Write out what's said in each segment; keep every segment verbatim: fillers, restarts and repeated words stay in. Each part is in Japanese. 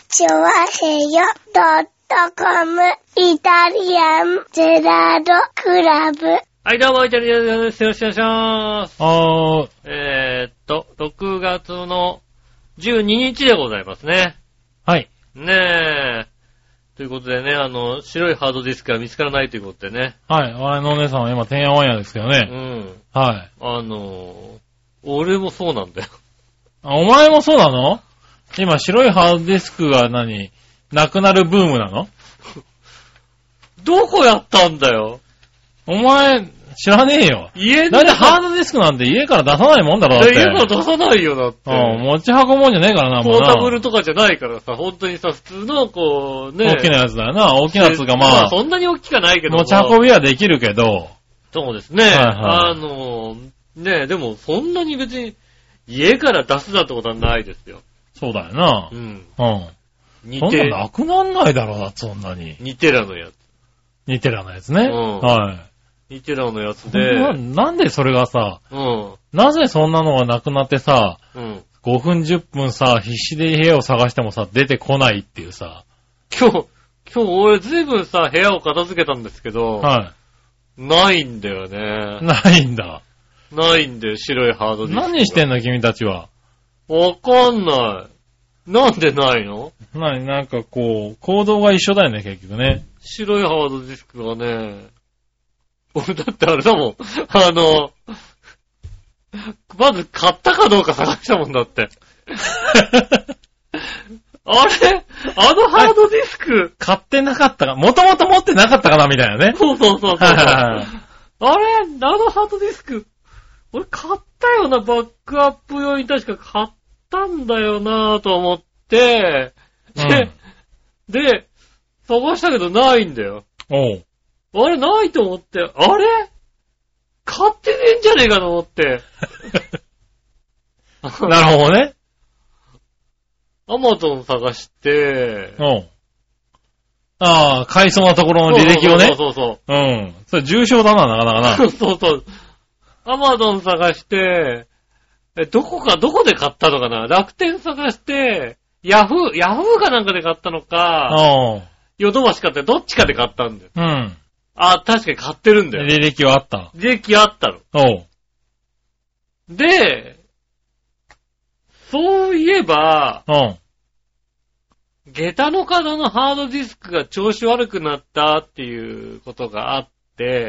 チョワヘヨドットコムイタリアンゼラードクラブ。 はい、どうも、イタリアンです。よろしくお願いします。 あー。 えーっと、ろくがつのじゅうににちでございますね。 はい。 ねえ。ということでね、あの、白いハードディスクが見つからないということでね。 はい。我のお姉さんは今、てんやわんやですけどね。 うん。 はい。 あの、俺もそうなんだよ。 あ、お前もそうなの？今、白いハードディスクが何？なくなるブームなの？ どこやったんだよ。 お前、知らねえよ。 家で。 だいたいハードディスクなんて家から出さないもんだろ、だって。 家から出さないよ、だって。 うん、持ち運ぶもんじゃねえからな、もうな。 ポータブルとかじゃないからさ、本当にさ、普通の、こう、ね。 大きなやつだよな。大きなやつがまあ。 まあ、そんなに大きくはないけど。 持ち運びはできるけど。 そうですね。 はいはい、 あの、ね、でも、そんなに別に、家から出すなってことはないですよ。 そうだよな。 うん。 うん。 にそんななくなんないだろうな、そんなに。 にテラのやつ。 にテラのやつね。うん。はい。 にテラのやつで。 な、なんでそれがさ、 うん。 なぜそんなのがなくなってさ、 うん。 ごふんじゅっぷんさ、必死で部屋を探してもさ、出てこないっていうさ。 今日、今日俺ずいぶんさ、部屋を片付けたんですけど、 はい。 ないんだよね。 ないんだ。 ないんだよ、白いハードディスク。 何してんの、君たちは。 わかんない。なんでないの？ なに、なんかこう、行動が一緒だよね、結局ね。 白いハードディスクがね、俺だってあれだもん。あの、まず買ったかどうか探したもんだって。あれあのハードディスク。 買ってなかったか、もともと持ってなかったかなみたいなね。 そうそうそうそう。あれあのハードディスク。俺買ったよな、バックアップ用に確か買ったんだよなぁと思って、で、うん、で、探したけどないんだよ。 おう。 あれないと思って、あれ買ってねえんじゃねえかと思って。 なるほどね。 アマゾン探して、 おう。ああ、買いそうなところの履歴をね。 そうそうそうそう。 うん。それ重症だな、なかなかな。 そうそうそう。アマゾン探して、え、どこか、どこで買ったのかな？楽天探して、ヤフー、ヤフーかなんかで買ったのか、ヨドバシ買ってどっちかで買ったんだよ。 うん。 あ、確かに買ってるんだよ。 履歴はあった。 履歴あったの。 おう。 で、そういえば、 うん。 下駄の角のハードディスクが調子悪くなったっていうことがあって、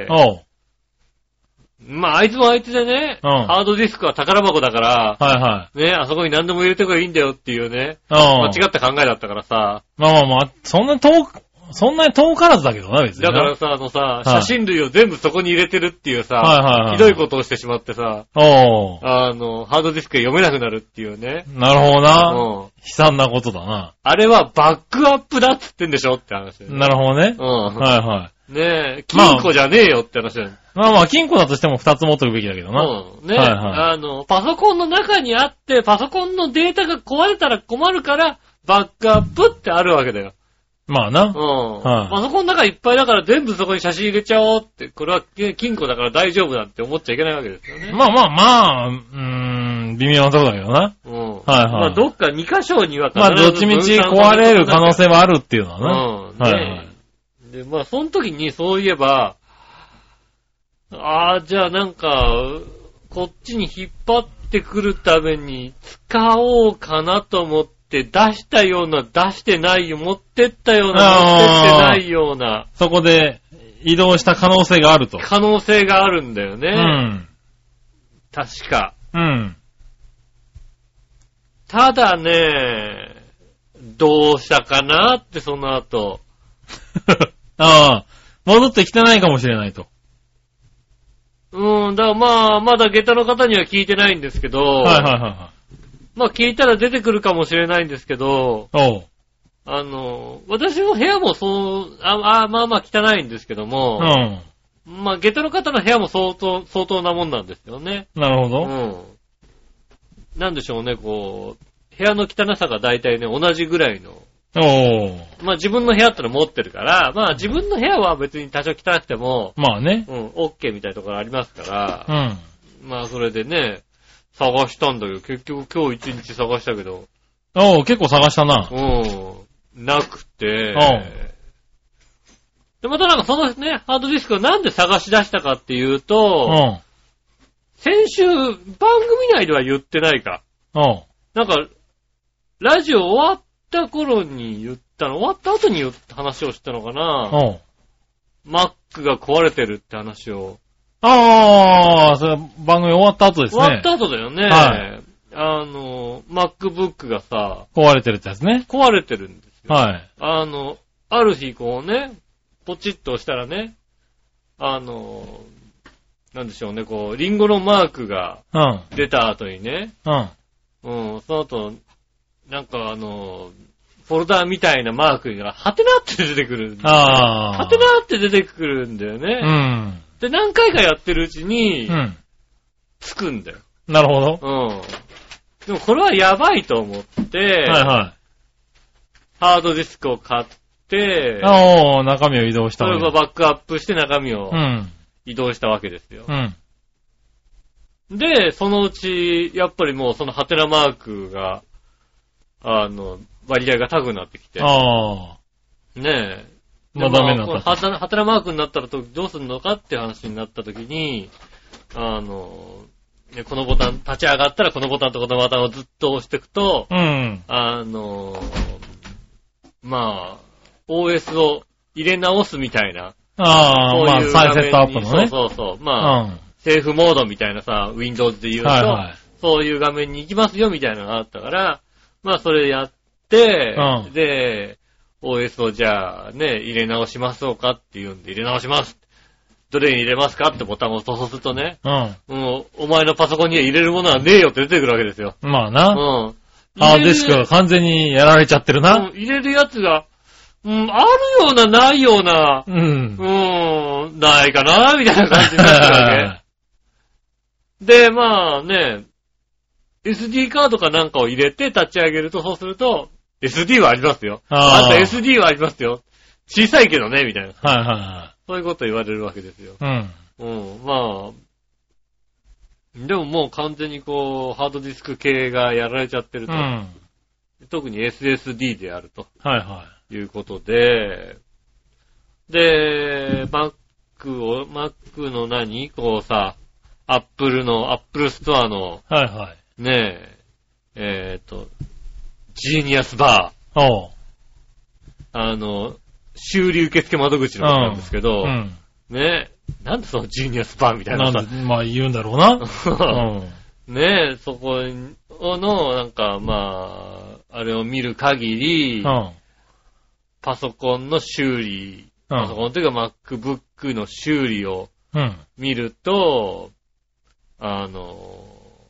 おう。 まあ、あいつもあいつでね、うん、ハードディスクは宝箱だから、 はいはい。 ね、あそこに何でも入れてこいいんだよっていうね、 うん、 間違った考えだったからさ。 まあまあまあ、そんな遠く、そんなに遠からずだけどな、別に。 だからさ、あのさ、はい、写真類を全部そこに入れてるっていうさ、 はいはいはい、 ひどいことをしてしまってさ、 おあの、ハードディスクが読めなくなるっていうね。 なるほどな。 うん。 悲惨なことだな。 あれはバックアップだっつってんでしょって話だよね。 なるほどね。 うん。 はいはい。 ねえ、金庫じゃねえよって話だよね。 まあまあ、金庫だとしても二つ持ってるべきだけどな。 うん。ね、はいはい、あの、パソコンの中にあって、パソコンのデータが壊れたら困るから、バックアップってあるわけだよ。 まあな。 うん。はい、パソコンの中いっぱいだから全部そこに写真入れちゃおうって、これは金庫だから大丈夫だって思っちゃいけないわけですよね。 まあまあまあ、うーん、微妙なとこだけどな。 うん。 はいはい。 まあどっかに箇所には必ずまあどっちみち壊れる可能性はあるっていうのはな。 うん。ね、はいはい。で、まあ、その時にそういえば、ああ、じゃあなんか、こっちに引っ張ってくるために使おうかなと思って出したような、出してないよ、持ってったような、持ってってないような。 そこで移動した可能性があると。 可能性があるんだよね。 うん。 確か。 うん。 ただね、どうしたかなってその後。 ああ、戻ってきてないかもしれないと。 うん、だからまあ、まだ下駄の方には聞いてないんですけど、 はいはいはいはい。 まあ聞いたら出てくるかもしれないんですけど、 おう。 あの、私の部屋もそう、あ、あまあまあ汚いんですけども、 うん。 まあ下駄の方の部屋も相当、相当なもんなんですよね。 なるほど。 うん。なんでしょうね、こう、部屋の汚さが大体ね、同じぐらいの、 おー。 まあ自分の部屋っての持ってるから、まあ自分の部屋は別に多少汚くても、 まあね。 うん、OK みたいなところありますから、 うん。 まあそれでね、探したんだけど、結局今日一日探したけど。 おー、結構探したな。 うん。 なくて、 うん。 で、またなんかそのね、ハードディスクをなんで探し出したかっていうと、 うん。 先週、番組内では言ってないか。 うん。 なんか、ラジオ終わった頃に言ったの、終わった後に言った話をしたのかな。 うん。 Mac が壊れてるって話を。 ああ、それ番組終わった後ですね。 終わった後だよね。 はい。 あの、MacBook がさ、 壊れてるってやつね。 壊れてるんですよ。 はい。 あの、ある日こうね、ポチッと押したらね、あの、なんでしょうね、こう、リンゴのマークが出た後にね、 うん。 うん、その後、なんかあの、フォルダーみたいなマークが、ハテナって出てくる。 ああ。 ハテナって出てくるんだよね。 うん。 で、何回かやってるうちに、うん。つくんだよ。 なるほど。 うん。でもこれはやばいと思って、 はいはい。 ハードディスクを買って、 ああ、中身を移動したそれをバックアップして中身を移動したわけですよ。 うん。 で、そのうち、やっぱりもうそのハテナマークが、あの、割合が高くなってきて。 ああ。 ねえ。 まあダメになった。 ハテナマークになったらどうするのかって話になった時に、あの、このボタン、立ち上がったらこのボタンとこのボタンをずっと押していくと、 うん。 あの、まあ、オーエス を入れ直すみたいな。 ああ、まあ、再セットアップのね。 そうそうそう。まあ、うん、セーフモードみたいなさ、Windows で言うと、はいはい、そういう画面に行きますよみたいなのがあったから、まあ、それやって、うん、で、オーエス をじゃあね、入れ直しましょうかっていうんで入れ直します。どれに入れますかってボタンを押すとね、うん。もう、お前のパソコンには入れるものはねえよって出てくるわけですよ。 まあな。うん。ハードディスクが完全にやられちゃってるな。 うん、入れるやつが、うん、あるような、ないような、 うん。 うん、ないかな、みたいな感じになってるわけ。で、まあね、エスディー カードかなんかを入れて立ち上げると、そうすると、エスディー はありますよ。あと エスディー はありますよ。小さいけどね、みたいな。 はいはいはい。 そういうこと言われるわけですよ。 うん。 うん、まあ、でももう完全にこう、ハードディスク系がやられちゃってると。うん、特に エスエスディー であると。 はいはい。 いうことで、で、Mac を、Mac の何こうさ、Apple の、Apple Store の、 はいはい。 ねえ、えっと、ジーニアスバー。おう。 あの、修理受付窓口のことなんですけど、 うん。 ねえ、なんでそのジーニアスバーみたいなさ。 なんまあ言うんだろうな。うん、 ねえ、そこの、なんかまあ、あれを見る限り、うん、パソコンの修理、うん、パソコンというか MacBook の修理を見ると、うん、あの、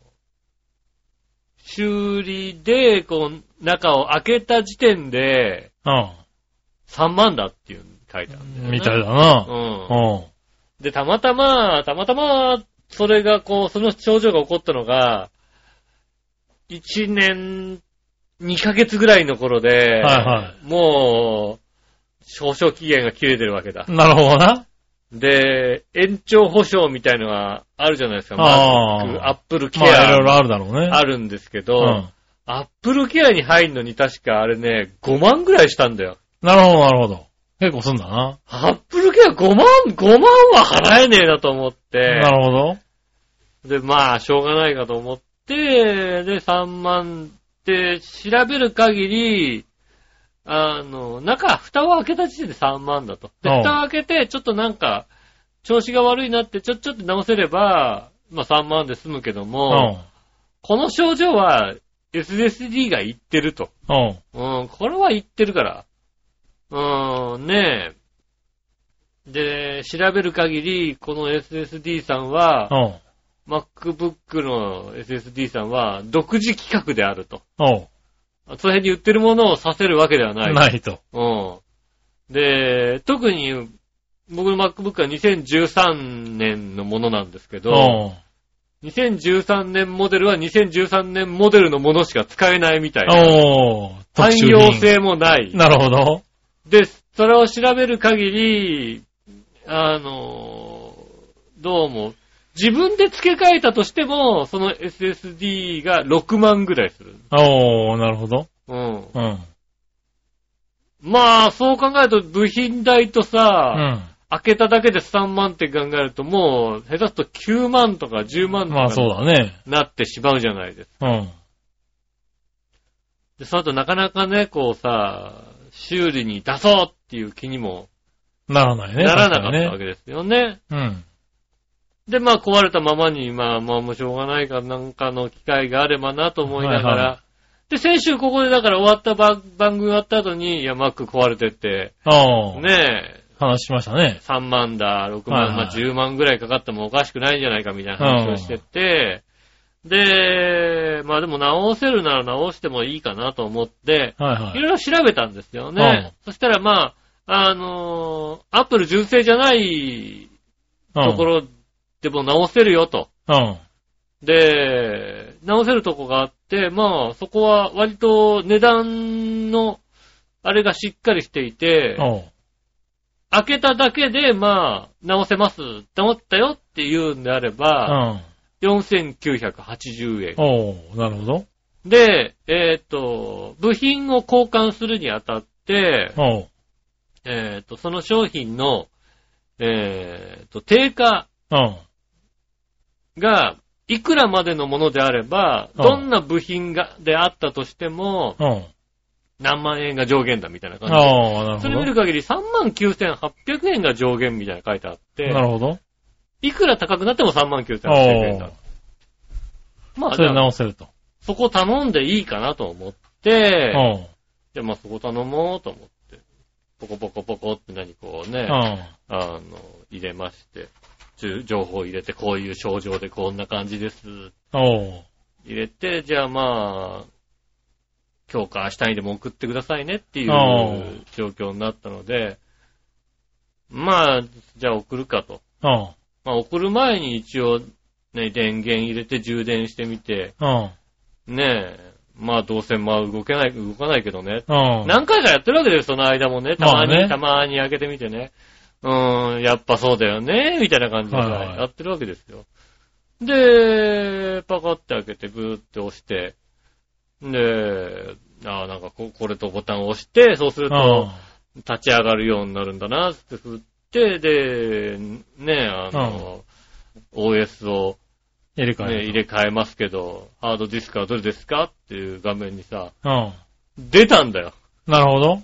修理で、こう、中を開けた時点で、 うん、 さんまんだっていう書いてあるんだよね。 みたいだな。 うん。うん。で、たまたま、たまたま、それがこう、その症状が起こったのが、いちねんにかげつぐらいの頃で、 はいはい、 もう、証書期限が切れてるわけだ。 なるほどな。 で、延長保証みたいのがあるじゃないですか。 あマック、アップルケア。 まあ、いろいろあるだろうね。 あるんですけど、うん、アップルケアに入るのに確かあれね、ごまんぐらいしたんだよ。 なるほど、なるほど。結構すんだな。 アップルケアごまん、ごまんは払えねえなと思って。 なるほど。 で、まあ、しょうがないかと思って、で、さんまんって調べる限り、あの、中、蓋を開けた時点でさんまんだと。で、蓋を開けて、ちょっとなんか、調子が悪いなって、ちょ、ちょっと直せれば、まあさんまんで済むけども、この症状は エスエスディー が言ってると。うん、これは言ってるから。うーん、ねえ。で、調べる限り、この エスエスディー さんは、MacBook の エスエスディー さんは、独自規格であると。 おう。 その辺に売ってるものをさせるわけではない。 ないと。 うん。で、特に、僕の MacBook はにせんじゅうさんねんのものなんですけど、にせんじゅうさんねんモデルはにせんじゅうさんねんモデルのものしか使えないみたいな。 おー。 汎用性もない。 なるほど。 で、それを調べる限り、あの、どうも、自分で付け替えたとしても、その エスエスディー がろくまんぐらいする。 おー、なるほど。 うん。 うん。 まあ、そう考えると部品代とさ、 うん。 開けただけでさんまんって考えるともう、下手するときゅうまんとかじゅうまんとまあそうかだね。 なってしまうじゃないですか。 うん。 で、その後なかなかね、こうさ、修理に出そうっていう気にもならないね。 ならなかった確わけですよね。 かにね。 で、まあ壊れたままに、まあまあもうしょうがないからなんかの機会があればなと思いながら、 はいはで、先週ここでだから終わった番番組終わった後に、いや、マック壊れてて、 うん。ああ。 ねえ、 話しましたね。 さんまんだ、ろくまん、 はいはいまあじゅうまんぐらいかかってもおかしくないんじゃないかみたいな話をしてて、で、まあでも直せるなら直してもいいかなと思って、 はいはいいろいろ調べたんですよね。そしたらまあ、あのー、アップル純正じゃないところでも直せるよと。 うん。うん。 で、直せるとこがあって、まあそこは割と値段のあれがしっかりしていて、 おう。 開けただけでまあ直せますって思ったよっていうんであれば、 うん。 よんせんきゅうひゃくはちじゅうえん。 おう。なるほど。 で、えっと、部品を交換するにあたって、 おう。 えっと、その商品の、えっと、定価うん。 がいくらまでのものであれば、 うんどんな部品が、であったとしても、 うん。 何万円が上限だみたいな感じで。 ああ、なるほど。 それ見る限りさんまんきゅうせんはっぴゃくえんが上限みたいな書いてあって、 なるほど。 いくら高くなってもさんまんきゅうせんはっぴゃくえんだ。まあ、 それじゃあ直せると。 そこ頼んでいいかなと思って、 うん。 じゃあまあそこ頼もうと思って、ポコポコポコって何こうね、 うん。 あの、入れまして、情報入れてこういう症状でこんな感じです。 おう。 入れて、じゃあまあ、今日か明日にでも送ってくださいねっていうおう状況になったので、まあ、じゃあ送るかと。 うん。 まあ送る前に一応ね、電源入れて充電してみて、 うん。 ねえ、まあどうせまあ動けない、動かないけどね。 うん。 何回かやってるわけですよ、その間もね。たまに、 まあねたまに開けてみてね。うーん、やっぱそうだよね、みたいな感じでさ、 はいはいやってるわけですよ。で、パカって開けて、ブーって押して、で、ああ、なんかこ、これとボタンを押して、そうすると、立ち上がるようになるんだな、って振って、で、ね、あの、オーエス を、ね、 入れ替える。 入れ替えますけど、ハードディスクはどれですかっていう画面にさ、 うん。 出たんだよ。 なるほど。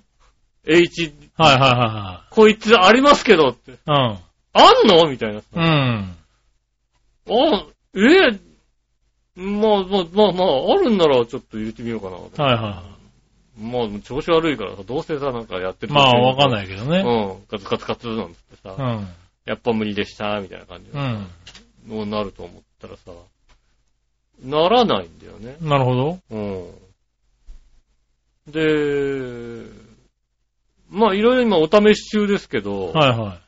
H、 はいはいはこいつありますけどって。 いはい。 あんのみたいなさ。 うん。うん。 あ、えまあまあまあまあ、あるんならちょっと入れてみようかな。 はいはまあ、調子悪いからさ、どうせさ、なんかやってい。 る。 まあわかんい。 ないけどね。 うん。カツカツカツなんつってさ、 うん。 やっぱ無理でした、みたいな感じで。 うん。 もうなると思ったらさ、ならないんだよね。 なるほど。 うん。で、まあいろいろ今お試し中ですけど、 はいは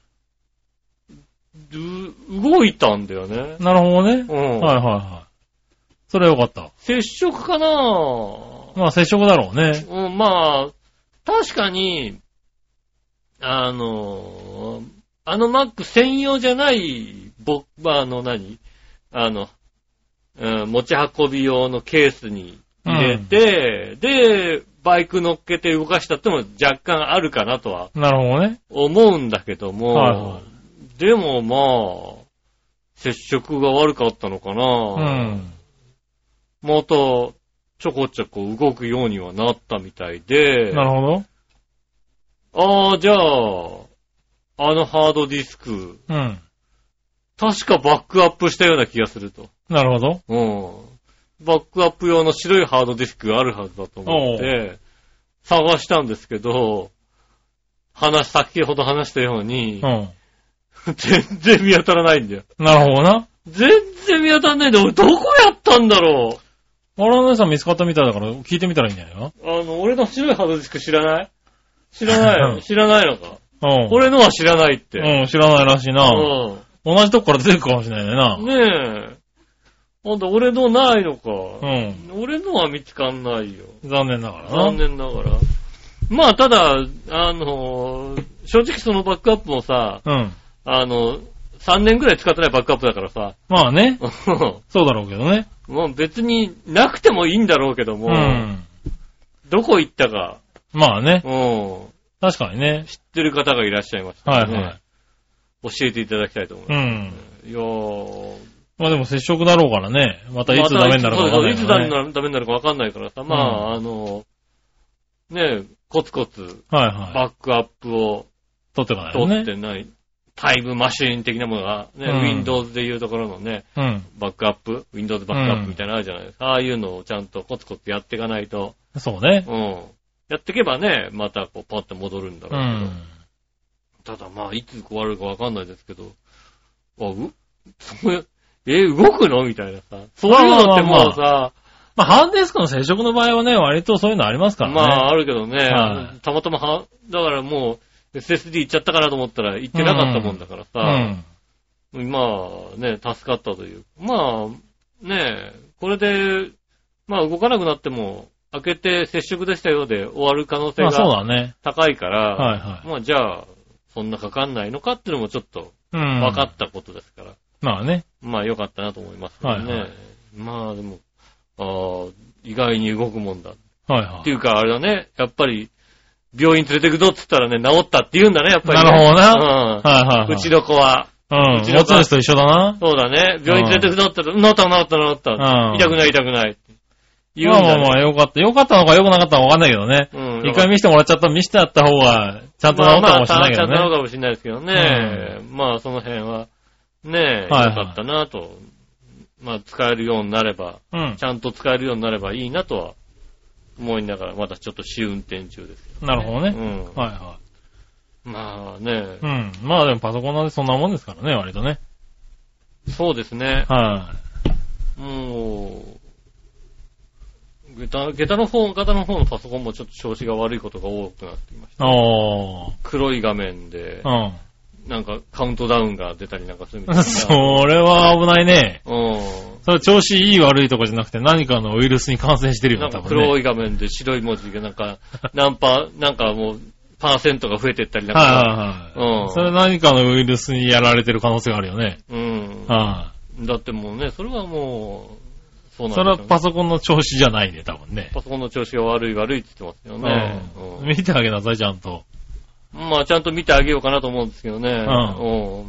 う動いたんだよね。 い。なるほどね。 うん。 はいはいはい。それはよかった。 接触かなまあ接触だろうね。 うん、まあ、確かに、あの、あの Mac 専用じゃない、ぼ、まあ、あの何あの、うん、持ち運び用のケースに入れて、うん、で、バイク乗っけて動かしたっても若干あるかなとは。 なるほどね。 思うんだけども、 はいはい、 でもまあ、接触が悪かったのかな。 うん。 また、ちょこちょこ動くようにはなったみたいで。 なるほど。 ああ、じゃあ、あのハードディスク。 うん。 確かバックアップしたような気がすると。 なるほど。 うん。バックアップ用の白いハードディスクがあるはずだと思って、探したんですけど、話、先ほど話したように、 うん。 全然見当たらないんだよ。 なるほどな。 全然見当たらないんだよ。俺どこやったんだろう。 あらのさん見つかったみたいだから聞いてみたらいいんじゃないの？ あの、俺の白いハードディスク知らない？知らないの知らないのか。 うん。 俺のは知らないって。 うん、知らないらしいな。 うん。 同じとこから出てくるかもしれないな。 ねえ。ほんと、俺のないのか。 うん。 俺のは見つかんないよ。 残念ながらな。 残念ながら。まあ、ただ、あの、正直そのバックアップもさ、 うん。 あの、さんねんくらい使ってないバックアップだからさ。 まあね。そうだろうけどね。 もう別になくてもいいんだろうけども、 うん。 どこ行ったか。 まあね。 うん。 確かにね。 知ってる方がいらっしゃいましたね。 はいはい。 教えていただきたいと思います。 うん。 いやー。 まあでも接触だろうからね。またいつダメになるか分かんないからね。 いつダメになるか分かんないからさ。まあ、うん、あの、ね、コツコツ、 はいはい。 バックアップを取ってないよね。 取ってない。タイムマシーン的なものが、ね、うん、Windows でいうところのね、うん、バックアップ、Windows バックアップみたいなのあるじゃないですか。うん、ああいうのをちゃんとコツコツやっていかないと。 そうね。 うん。やっていけばね、またこうパッと戻るんだろうけど。うん、ただまあ、いつ壊れるかわかんないですけど、あ、う、そういう、え、動くのみたいなさ。そういうのってもうさ、まあまあまあ、 まあ、ハードディスクの接触の場合はね、割とそういうのありますからね。 まあ、あるけどね。はい、たまたまは、だからもう、エスエスディー 行っちゃったかなと思ったら行ってなかったもんだからさ。うん、まあ、ね、助かったという。まあ、ね、これで、まあ動かなくなっても、開けて接触でしたようで終わる可能性が高いから、まあ、はいはい、まあじゃあ、そんなかかんないのかっていうのもちょっと、分かったことですから。 まあね。 まあ良かったなと思いますけどね。はいはい、まあでも、あ意外に動くもんだ。はいはい。っていうかあれだね、やっぱり、病院連れてくぞって言ったらね、治ったって言うんだね、やっぱり、ね。 なるほどな。 うん。はいはい、はい。うちの子は。 うん。うちの子は。持つ人と一緒だな。 そうだね。病院連れてくぞって言ったら、治った治った治った。うん。痛くない痛くない。言うんだね。まあまあまあ、よかった。よかったのかよくなかったのかわかんないけどね。うん。一回見せてもらっちゃったら見せてあった方が、ちゃんと治ったかもしれないけどね。まあまあ、ちゃんと治るかもしれないですけどね。うん、まあ、その辺は、ねえ、はいはい、よかったなと。まあ、使えるようになれば、うん、ちゃんと使えるようになればいいなとは思いながら、まだちょっと試運転中ですけど、ね。なるほどね。うん。はいはい。まあね。うん。まあでもパソコンなんでそんなもんですからね、割とね。そうですね。はい。もう、下駄、下駄の方、下駄の方のパソコンもちょっと調子が悪いことが多くなってきました、ね。ああ。黒い画面で。うん。なんかカウントダウンが出たりなんかするみたいな。それは危ないね。うん。それ調子いい悪いとかじゃなくて何かのウイルスに感染してるよね。なんか黒い画面で白い文字がなんか、何パー、なんかもう、パーセントが増えてったりなんか。はいはいはい。うん。それ何かのウイルスにやられてる可能性があるよね。うん。はい。だってもうね、それはもう、そうなんですよね。それはパソコンの調子じゃないね、多分ね。パソコンの調子が悪い悪いって言ってますよね。うん。見てあげなさい、ちゃんと。まあ、ちゃんと見てあげようかなと思うんですけどね。うん。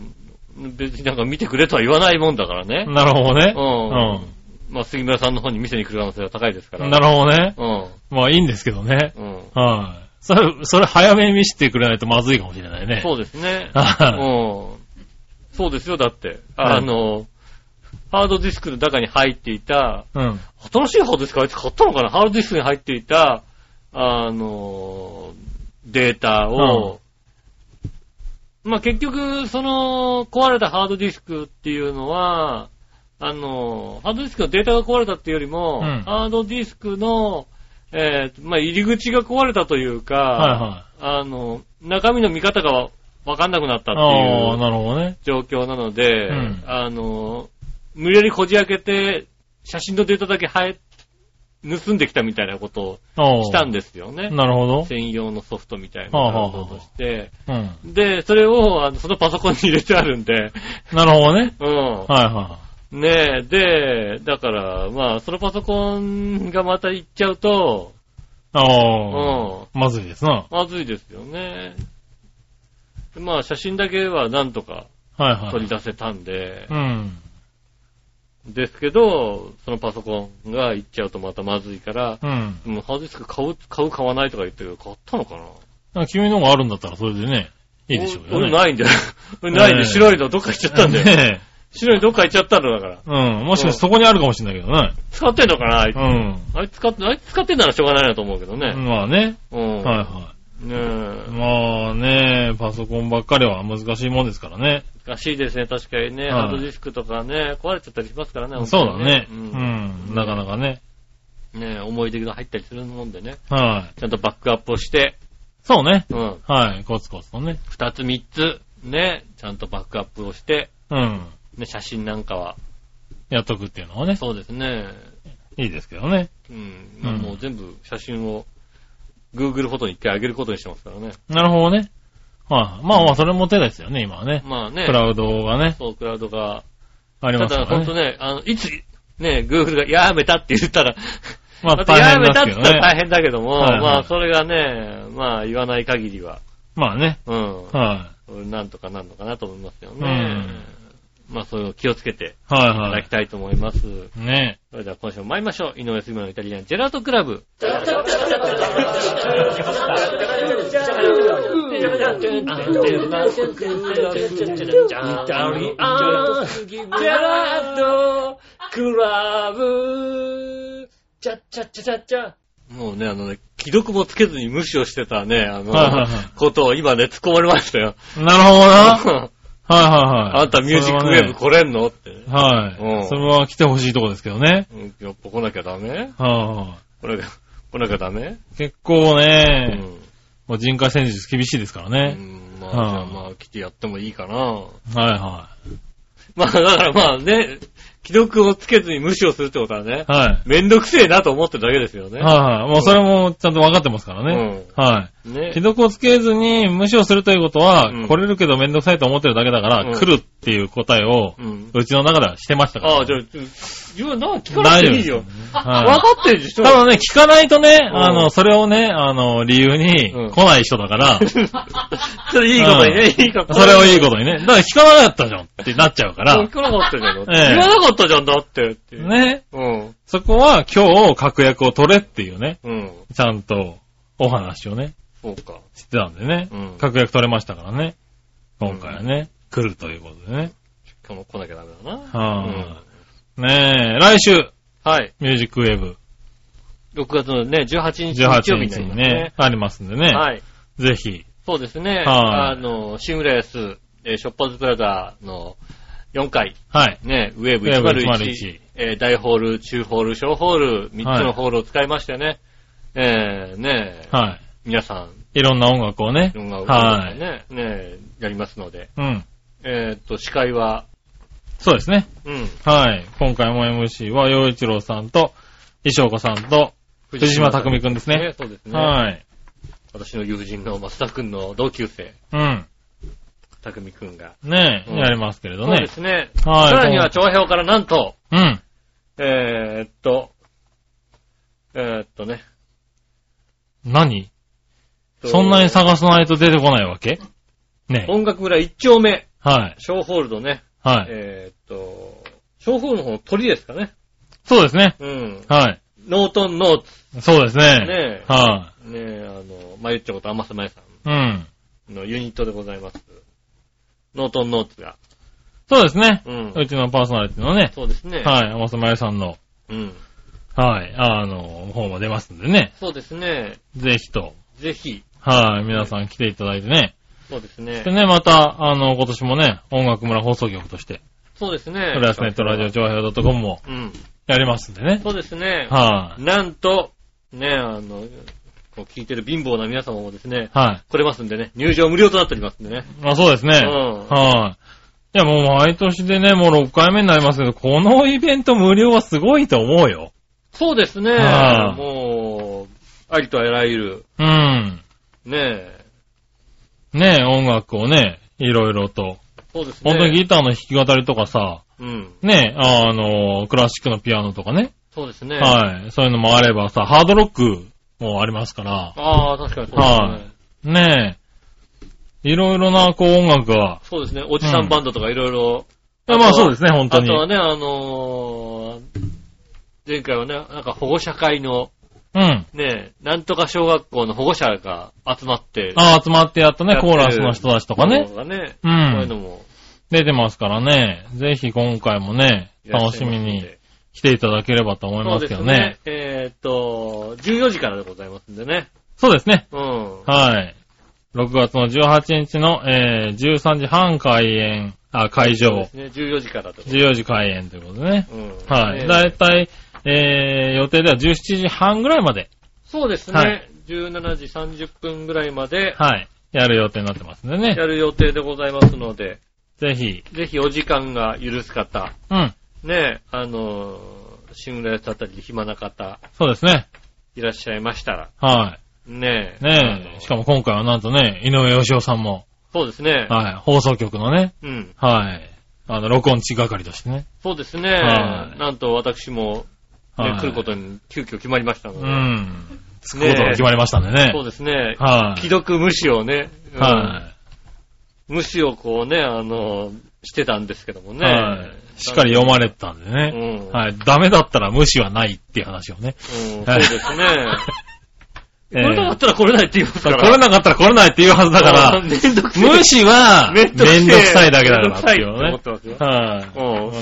別になんか見てくれとは言わないもんだからね。なるほどね。うん。うん。まあ、杉村さんの方に店に来る可能性が高いですから。なるほどね。うん。まあ、いいんですけどね。うん。はい。それ、それ早めに見せてくれないとまずいかもしれないね。そうですね。うん。そうですよ、だって。あの、ハードディスクの中に入っていた、うん。新しいハードディスクあいつ買ったのかな？ハードディスクに入っていた、あの、データを、うん、まあ、結局、その、壊れたハードディスクっていうのは、あの、ハードディスクのデータが壊れたっていうよりも、うん、ハードディスクの、えー、まあ、入り口が壊れたというか、はいはい、あの、中身の見方がわかんなくなったっていう、なるほどね、状況なので、うん、あの、無理やりこじ開けて、写真のデータだけ入って、盗んできたみたいなことをしたんですよね。なるほど。専用のソフトみたいなこととして。はあはあうん、で、それをあのそのパソコンに入れてあるんで。なるほどね。うん。はいはい。ねえ、で、だから、まあ、そのパソコンがまた行っちゃうと、ああ。うん。まずいですな。まずいですよね。まあ、写真だけはなんとか取り出せたんで。はいはい、うん。ですけど、そのパソコンが行っちゃうとまたまずいから、うん。もうハードディスク買う、買う買わないとか言ってるけど、買ったのかな？なんか君のがあるんだったらそれでね、いいでしょうよね。俺ないんだよ。俺ないんで、白いのどっか行っちゃったんだよ。ね、白いのどっか行っちゃったのだから。うん。もしかしてそこにあるかもしれないけどね。使ってんのかなあいつ。うん。あいつ使って、あいつ使ってんならしょうがないなと思うけどね。まあね。うん。はいはい。ねえ。まあね、パソコンばっかりは難しいもんですからね。難しいですね、確かにね。はい、ハードディスクとかね、壊れちゃったりしますからね。ねそうだね、うん。うん。なかなかね。ねえ、思い出が入ったりするもんでね。はい。ちゃんとバックアップをして。そうね。うん。はい。コツコツとね。二つ三つ、ね、ちゃんとバックアップをして。うん。ね、写真なんかは。やっとくっていうのはね。そうですね。いいですけどね。うん。まあ、もう全部写真を、Google フォトに一回上げることにしてますからね。なるほどね。はい、まあまあ、それも手ですよね、今はね。まあね。クラウドがね。そう、クラウドが。ありますからね。ただ、ほんとね、あの、いつ、ね、Google がやめたって言ったら、まあ、大変だけどね。やめたって言ったら大変だけども、はいはい、まあ、それがね、まあ、言わない限りは。 まあね。 うん。 はい。 なんとかなんのかなと思いますよね。 うん。 まあ、そういうの気をつけて、 はいはい。 いただきたいと思います。 ね。 それでは今週も参りましょう。井上杉村のイタリアンジェラートクラブ。もうね、あのね、既読もつけずに無視をしてたね、あの、はいはいはい、ことを今ね、突っ込まれましたよ。 なるほどな。はいはいはい。 あんたミュージックウェーブ来れんのって。 はい。うん。それは来てほしいとこですけどね。 うん。やっぱ来なきゃダメ？ はい。 来なきゃ、来なきゃダメ？ 結構ね、うん、もう人海戦術厳しいですからね。 うん。まあ、じゃあまあ来てやってもいいかな。はいはい。 まあだからまあね、既読をつけずに無視をするってことはね。 はい。 めんどくせえなと思ってるだけですよね。 はいはい。もうそれもちゃんと分かってますからね。うん。はい。ね。既読をつけずに無視をするということは、うん、来れるけどめんどくさいと思ってるだけだから、うん、来るっていう答えを、うん、うちの中ではしてましたから、ね。ああ、じゃあ、 自分はなんか聞かなくていいよ。はい。分かってるでしょ。 ただね、聞かないとね、うん、あの、それをね、あの、理由に来ない人だから。うん、 それいいことにね、いいこと。 それをいいことにね。だから聞かなかったじゃんってなっちゃうから。 聞かなかったじゃん。ええ、言わなかったじゃんだって。 ね。うん。そこは今日確約を取れっていうね。うん。ちゃんとお話をね。 そうか。 してたんでね。うん。確約取れましたからね。今回はね。うん、来るということでね。 今日も来なきゃダメだな。 はぁ、うん。ねえ、来週。はい。ミュージックウェーブ。 ろくがつのね、じゅうはちにち日曜日になりますね。ね。ありますんでね。はい。ぜひ。 そうですね。はい。あの、シングレース、えー、ショッパーズプラザのよんかい。はい。ね、ウェーブいちまるいち。えー、大ホール、中ホール、小ホール、みっつのホールを使いましてね。はい、えー、ねえ。はい。皆さん。 いろんな音楽をね。 いろんな音楽をね。はい、ねやりますので。うん。えー、っと、司会は。 そうですね。うん。はい。今回も エムシー は、陽一郎さんと、石岡さんと、藤島匠くんですね。ね、 そうですね。 はい。 私の友人の増田くんの同級生。うん。匠くんが。 ねえ、うん、やりますけれどね。 そうですね。はい。さらには、長編からなんと、うん。えー、っと、えー、っとね。 何そんなに探さないと出てこないわけね。 音楽村一丁目。 はい。 小ホールドね。はい。えー、っと、小ホールの方の鳥ですかね。 そうですね。うん。はい。 ノートンノーツ。 そうですね。 ねえ。はい。ねえ、あの、まゆっちょこと甘瀬まゆさん。うん。のユニットでございます。ノートンノーツが。 そうですね。うん。うちのパーソナリティのね。 そうですね。 はい。甘瀬まゆさんの。うん。はい。あの、方も出ますんでね。 そうですね。 ぜひと。 ぜひ。 はい。皆さん来ていただいてね。 そうですね。 でね、また、あの、今年もね、音楽村放送局として。 そうですね。 プラスネットラジオ長平 .com も。うん。やりますんでね。 そうですね。 はい、 あ。なんと、ね、あの、こう聞いてる貧乏な皆様もですね。はい。来れますんでね。入場無料となっておりますんでね。 まあそうですね。うん。はい。いやもう毎年でね、もうろっかいめになりますけど、このイベント無料はすごいと思うよ。 そうですね。はい。もう、ありとあらゆる。 うん。 ねえ。 ねえ、音楽をね、いろいろと。 そうですね。 本当にギターの弾き語りとかさ。うん。ねえ、あの、クラシックのピアノとかね。 そうですね。 はい。そういうのもあればさ、ハードロックもありますから。 ああ、確かにそうですね。はい。 ねえ。いろいろな、こう、音楽が。 そうですね。おじさんバンドとかいろいろ。 まあそうですね、本当に。 あとはね、あのー、前回はね、なんか保護者会の、うん。ねえ、なんとか小学校の保護者が集まって。 ああ、集まってやったね、コーラスの人たちとかね。 そうかね。 うん。 そういうのも。 出てますからね。ぜひ今回もね、楽しみに来ていただければと思いますけどね。 そうですね。えー、っと、じゅうよじからでございますんでね。 そうですね。 うん。 はい。ろくがつのじゅうはちにちの、えー、じゅうさんじはん開演、あ、会場。そうですね。じゅうよじからと。 じゅうよじ開演ということでね。うん。はい。だいたい、えー、予定ではじゅうしちじはんぐらいまで。 そうですね。はい、じゅうしちじさんじゅっぷんぐらいまで。 はい。やる予定になってますんでね。 やる予定でございますので。 ぜひ。 ぜひお時間が許す方。 うん。 ねえ、あのー、シングルやつあたりで暇な方。 そうですね。 いらっしゃいましたら。 はい。 ねえ。 ねえ。しかも今回はなんとね、井上義雄さんも。 そうですね。 はい。放送局のね。 うん。 はい。あの、録音地係としてね。 そうですね。はい。なんと私も、ね、はい、来ることに急遽決まりましたので。 うん。着くことが決まりましたんでね。 そうですね。 はい。 既読無視をね、うはい。 無視をこうね、あの、してたんですけどもね。はい。 しっかり読まれてたんでね。うん。はい。ダメだったら無視はないっていう話をね。 うん、そうですね。来れなかったら来れないって言いますから。 来れなかったら来れないって言うはずだから、無視はめんどくさいだけだからっていうね。思ってますよ。はい。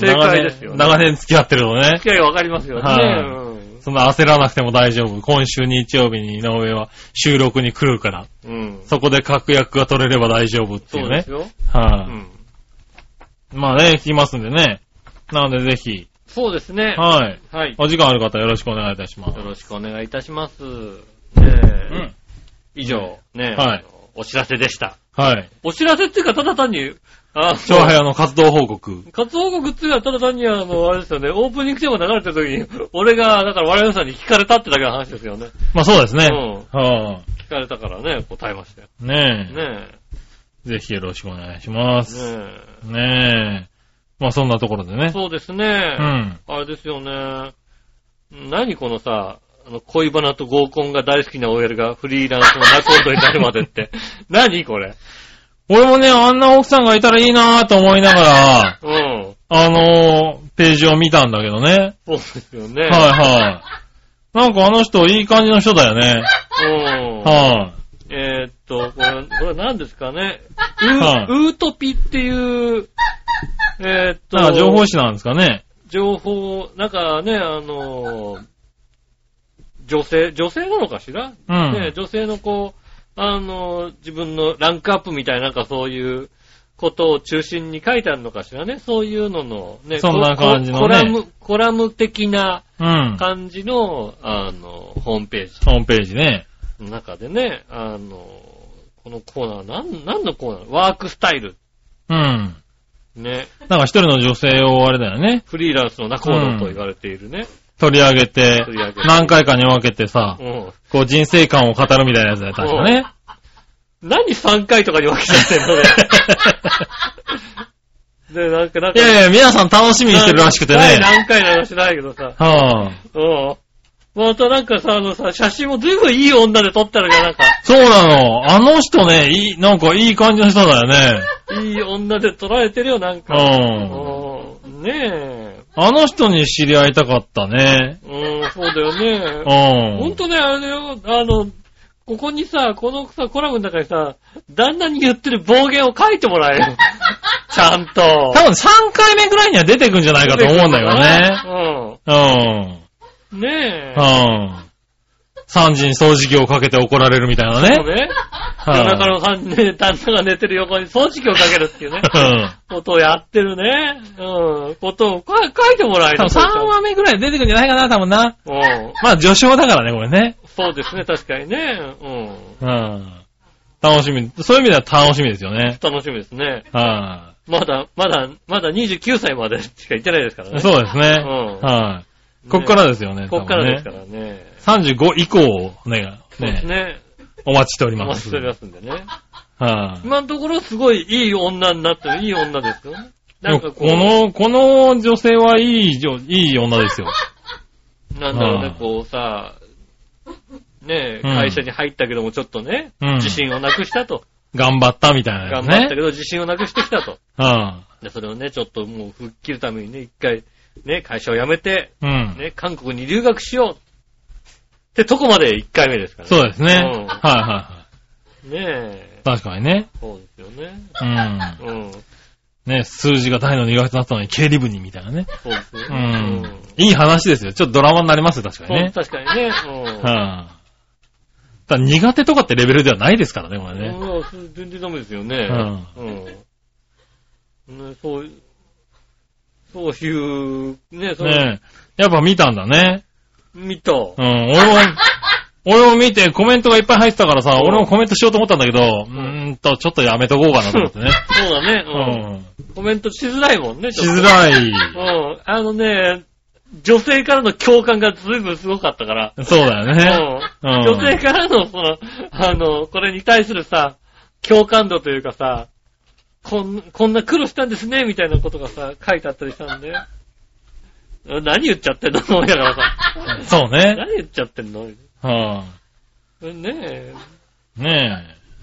正解ですよね。長年付き合ってるのね。 付き合いわかりますよね。はい。 そんな焦らなくても大丈夫。今週日曜日に井上は収録に来るから。うん。そこで確約が取れれば大丈夫っていうね。そうですよ。はい。うん。まあね、聞きますんでね。なのでぜひ。 そうですね。 はい。はい。お時間ある方よろしくお願いいたします。 よろしくお願いいたします。ねえ。うん。以上、ね、はい。お知らせでした。はい。お知らせっていうか、ただ単に、 あ、そう。長平の活動報告。 活動報告っていうのは、ただ単にあの、あれですよね、オープニングテーマ流れてる時に、俺が、だから我々さんに聞かれたってだけの話ですよね。 まあそうですね。うん。 はあ、聞かれたからね、答えましたよ。 ねえ。ねえ。ぜひよろしくお願いします。ねえ。ねえ。まあそんなところでね。 そうですね。うん。あれですよね。何このさ、あの恋バナと合コンが大好きな オーエル がフリーランスの仲人になるまでって。何これ。 俺もね、あんな奥さんがいたらいいなぁと思いながら、うん。あのー、ページを見たんだけどね。 そうですよね。 はいはい。なんかあの人、いい感じの人だよね。うん。はい。 えー、っと、これ、これ何ですかね。ウー、はい、ウートピっていう、えー、っと。 なんか情報誌なんですかね。 情報、なんかね、あのー、女性、女性なのかしら、うん、ね、女性のこう、あの、自分のランクアップみたいな、なんかそういうことを中心に書いてあるのかしらね。そういうののね、 そんな感じのね。 コラム、コラム的な感じの、うん、あの、ホームページ。 ホームページね。 の中でね、あの、このコーナー、なん、なんのコーナー？ワークスタイル。 うん。 ね。 なんか一人の女性をあれだよね。 フリーランスの仲人と言われているね。うん、 取り上げて、何回かに分けてさ、うん、こう人生観を語るみたいなやつだったんだね。 何さんかいとかに分けちゃってんのね。で、なんか、なんか。 いやいや、皆さん楽しみにしてるらしくてね。 何回なのしないけどさ。はぁ、あ。うん。またなんかさ、あのさ、写真もずいぶんいい女で撮ったのがなんか。 そうなの。あの人ね、いい、なんかいい感じの人だよね。 いい女で撮られてるよ、なんか。うん。ねえ。 あの人に知り合いたかったね。 うん、そうだよね。うん。ほんとね、あれだよ、あの、ここにさ、このさ、コラムの中にさ、旦那に言ってる暴言を書いてもらえる。ちゃんと。 多分さんかいめぐらいには出てくんじゃないかと思うんだよね。うん。 うん。ねえ。 うん。さんじに掃除機をかけて怒られるみたいなね。 そうね。夜中のさんじに旦那が寝てる横に掃除機をかけるっていうね。うん。ことをやってるね。うん。ことを書いてもらえる。 さんわめぐらい出てくるんじゃないかな、多分な。うん。まあ、序章だからね、これね。 そうですね、確かにね。うん。うん。 楽しみ。そういう意味では楽しみですよね。 楽しみですね。はい。まだ、まだ、まだにじゅうきゅうさいまでしか行ってないですからね。 そうですね。うん。はい。こっからですよね。 こっからですからね。 さんじゅうご以降をね、 そうですね。 お待ちしております。 お待ちしておりますんでね。はい。今のところすごいいい女になってる、いい女ですよね。 なんかこの、この女性はいい、いい女ですよ。 なんだろうね、こうさ、ねえ、会社に入ったけどもちょっとね、うん、自信をなくしたと。 頑張ったみたいなね。 頑張ったけど自信をなくしてきたと。うん、でそれをね、ちょっともう吹っ切るためにね、一回、ね、会社を辞めて、うん、ね、韓国に留学しよう。ってとこまで一回目ですからね。そうですね。うん、はいはいはい。 ねえ。 確かにね。 そうですよね。 うん。うん。ね、数字が大の苦手だったのに経理部にみたいなね。 そうですね。 うん。いい話ですよ。ちょっとドラマになりますよ、確かにね。 確かにね。うん。 はぁ。だ苦手とかってレベルではないですからね、これね。 うん、全然ダメですよね。うん。うん。ね、そういう、そういう、ね、そういう。ねやっぱ見たんだね。 見た。うん、 俺も、俺も見てコメントがいっぱい入ってたからさ、俺もコメントしようと思ったんだけど、うーんと、ちょっとやめとこうかなと思ってね。 そうだね。うん。コメントしづらいもんね、 ちょっと。しづらい。うん。あのね、女性からの共感がずいぶんすごかったから。 そうだよね。 うん。女性からの、その、あの、これに対するさ、共感度というかさ、こん、こんな苦労したんですね、みたいなことがさ、書いてあったりしたんで。何言っちゃってんの思いながらさ。 そうね。 何言っちゃってんのはぁ、あ。ねえ。 ね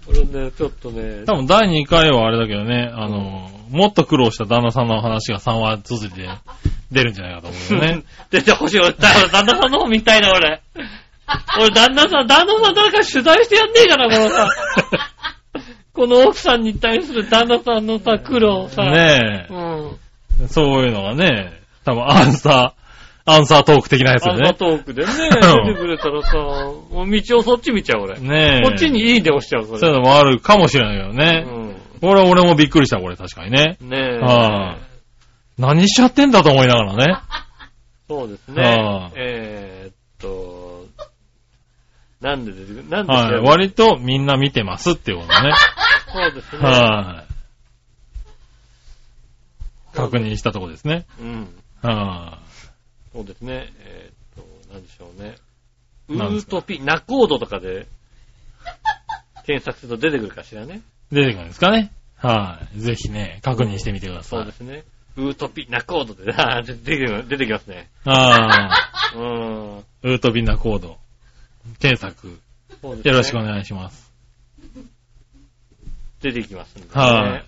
これね、ちょっとね。 多分だいにかいはあれだけどね、あの、うん、もっと苦労した旦那さんの話がさんわ続いて出るんじゃないかと思うよね。 出てほしい。俺、旦那さんの方見たいな、俺。俺、旦那さん、旦那さん誰か取材してやんねえかな、このさ。この奥さんに対する旦那さんのさ、苦労さ。 ねえ。うん。そういうのがね、多分アンサー。アンサートーク的なやつよね。 アンサートークでね、出てくれたらさ、もう道をそっち見ちゃう俺。ねえ。こっちにいいね押しちゃう、それ。 そういうのもあるかもしれないけどね。うん。俺は俺もびっくりした、これ確かにね。 ねえ。 ああ。何しちゃってんだと思いながらね。 そうですね。あえー、っと、なんで出てくるなんではい。割とみんな見てますっていうことね。 そうですね。 はい。確認したとこですね。 うん。 はあ。 そうですね。えー、っと、なんでしょうね。ウートピ、ナコードとかで検索すると出てくるかしらね。 出てくるんですかね。はい。ぜひね、確認してみてください。 そうですね。ウートピ、ナコードで、あ出てくる、出てきますね。 ああ。うん。 ウートピナコード。検索。そうですね。よろしくお願いします。 出てきますんで、ね。 はい。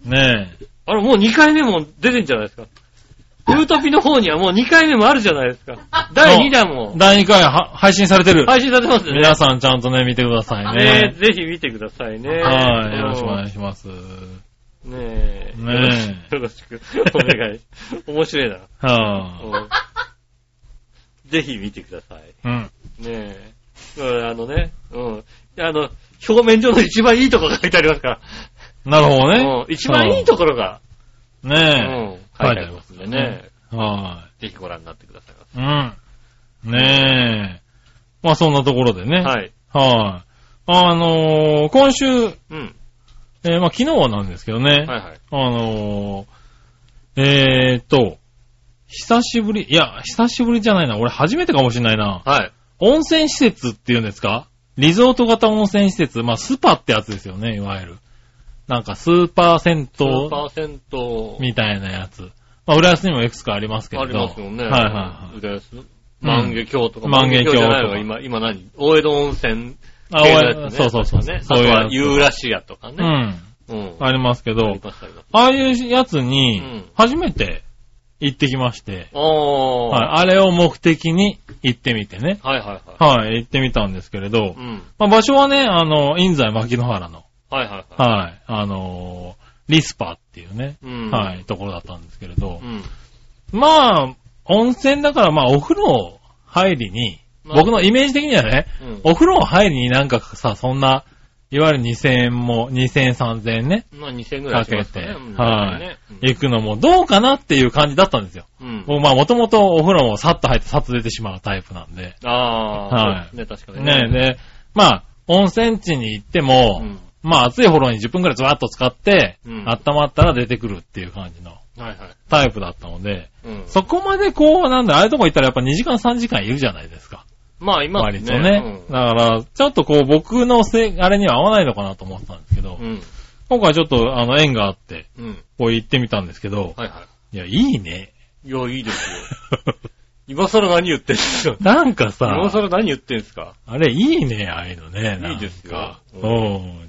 ねえ。 あれ、もうにかいめも出てんじゃないですか。ウートピの方にはもうにかいめもあるじゃないですか。だいにだんも。 だいにかいは配信されてる。 配信されてますね。 皆さんちゃんとね、見てくださいね。 ねぜひ見てくださいね。 はい。よろしくお願いします。ねえ。 ねえ。よろしくお願い。面白いな。 はぁ。ぜひ見てください。 うん。 ねえ。あのね、うん。あの、表面上の一番いいところが書いてありますから。 なるほどね。 うん。一番いいところが。 ねえ。 うん。書いてありますんでね。 はい。 ぜひご覧になってくださいませ。うん。ねえ。まあそんなところでね。 はい。 はい。あのー、今週、うん。えー、まあ昨日はなんですけどね。はいはい。 あのー、えーっと、久しぶり、いや、久しぶりじゃないな。俺初めてかもしれないな。 はい。 温泉施設っていうんですか？リゾート型温泉施設。まあスパってやつですよね、いわゆる。なんかスーパー銭湯。スーパー銭湯。 みたいなやつ。まあ、浦安にもいくつかありますけど。 ありますよね。 はいはいはい。 浦安。万華鏡とか。 万華鏡じゃないのが今、今何大江戸温泉。 あ、大江戸、そうそうそう。 ね。あとはユーラシアとかね。 うん。うん。ありますけど、ああいうやつに、初めて行ってきまして、はい。あれを目的に行ってみてね。 はいはいはい。 はい。行ってみたんですけれど、うん。まあ、場所はね、あの、印西牧之原の、 はいはいはい。 はい。あのー、リスパっていうね、うん、はい、ところだったんですけれど、うん、まあ、温泉だからまあお風呂入りに、まあ、僕のイメージ的にはね、うん、お風呂入りになんかさ、そんな、いわゆるにせんえんも、にせんえん、さんぜんえんね、 まあにせんえんぐらいしますかね、 かけて、はい、ねうん、行くのもどうかなっていう感じだったんですよ。うん、僕まあもともとお風呂もさっと入ってさっと出てしまうタイプなんで。 ああ、はい。ね、確かにね。 ね、で、まあ、温泉地に行っても、うんまあ熱い風呂にじゅっぷんくらいずわっと使って、うん、温まったら出てくるっていう感じのタイプだったので、はいはい、そこまでこうなんだ、ああいうとこ行ったらやっぱにじかんさんじかんいるじゃないですか。 まあ今割とね、うん。だから、ちょっとこう僕のせ、あれには合わないのかなと思ってたんですけど、うん、今回ちょっとあの縁があって、うん、こう行ってみたんですけど、はいはい、いや、いいね。 いや、いいですよ。今更何言ってんすかなんかさ、 今更何言ってんすかあれいいね、ああいうのね。 いいですよ。 うん。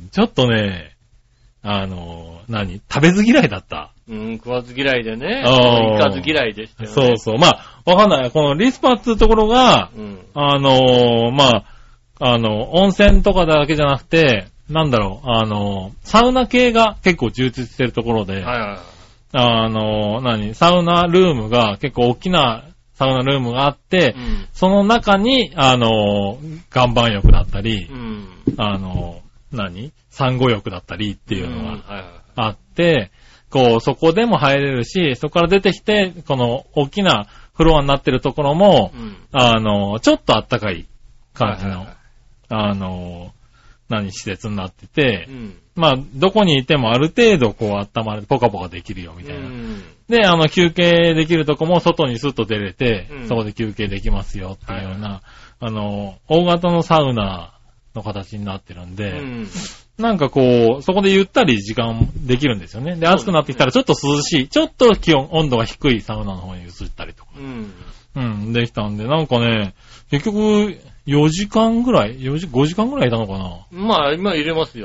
ちょっとね、あの、何食べず嫌いだった。 うん、食わず嫌いでね。行かず嫌いでしたよね。 そうそう。まあ、わかんない。このリスパっていうところが、うん、あの、まあ、あの、温泉とかだけじゃなくて、なんだろう、あの、サウナ系が結構充実してるところで、はいはいはい、あの、何サウナルームが結構大きなサウナルームがあって、うん、その中に、あの、岩盤浴だったり、うん、あの、何産後浴だったりっていうのがあって、うんはいはい、こう、そこでも入れるし、そこから出てきて、この大きなフロアになってるところも、うん、あの、ちょっとあったかい感じの、はいはいはい、あの、何、施設になってて、うん、まあ、どこにいてもある程度こう温まる、ポカポカできるよみたいな。うん、で、あの、休憩できるとこも外にスッと出れて、うん、そこで休憩できますよっていうような、はいはい、あの、大型のサウナの形になってるんで、うん、なんかこう、そこでゆったり時間できるんですよね。で、暑くなってきたらちょっと涼しい、ちょっと気温、温度が低いサウナの方に移ったりとか。うん。うん、できたんで、なんかね、結局、 よじかんぐらい ?よじ、ごじかんぐらいいたのかな。 まあ、今入れますよ。 うん、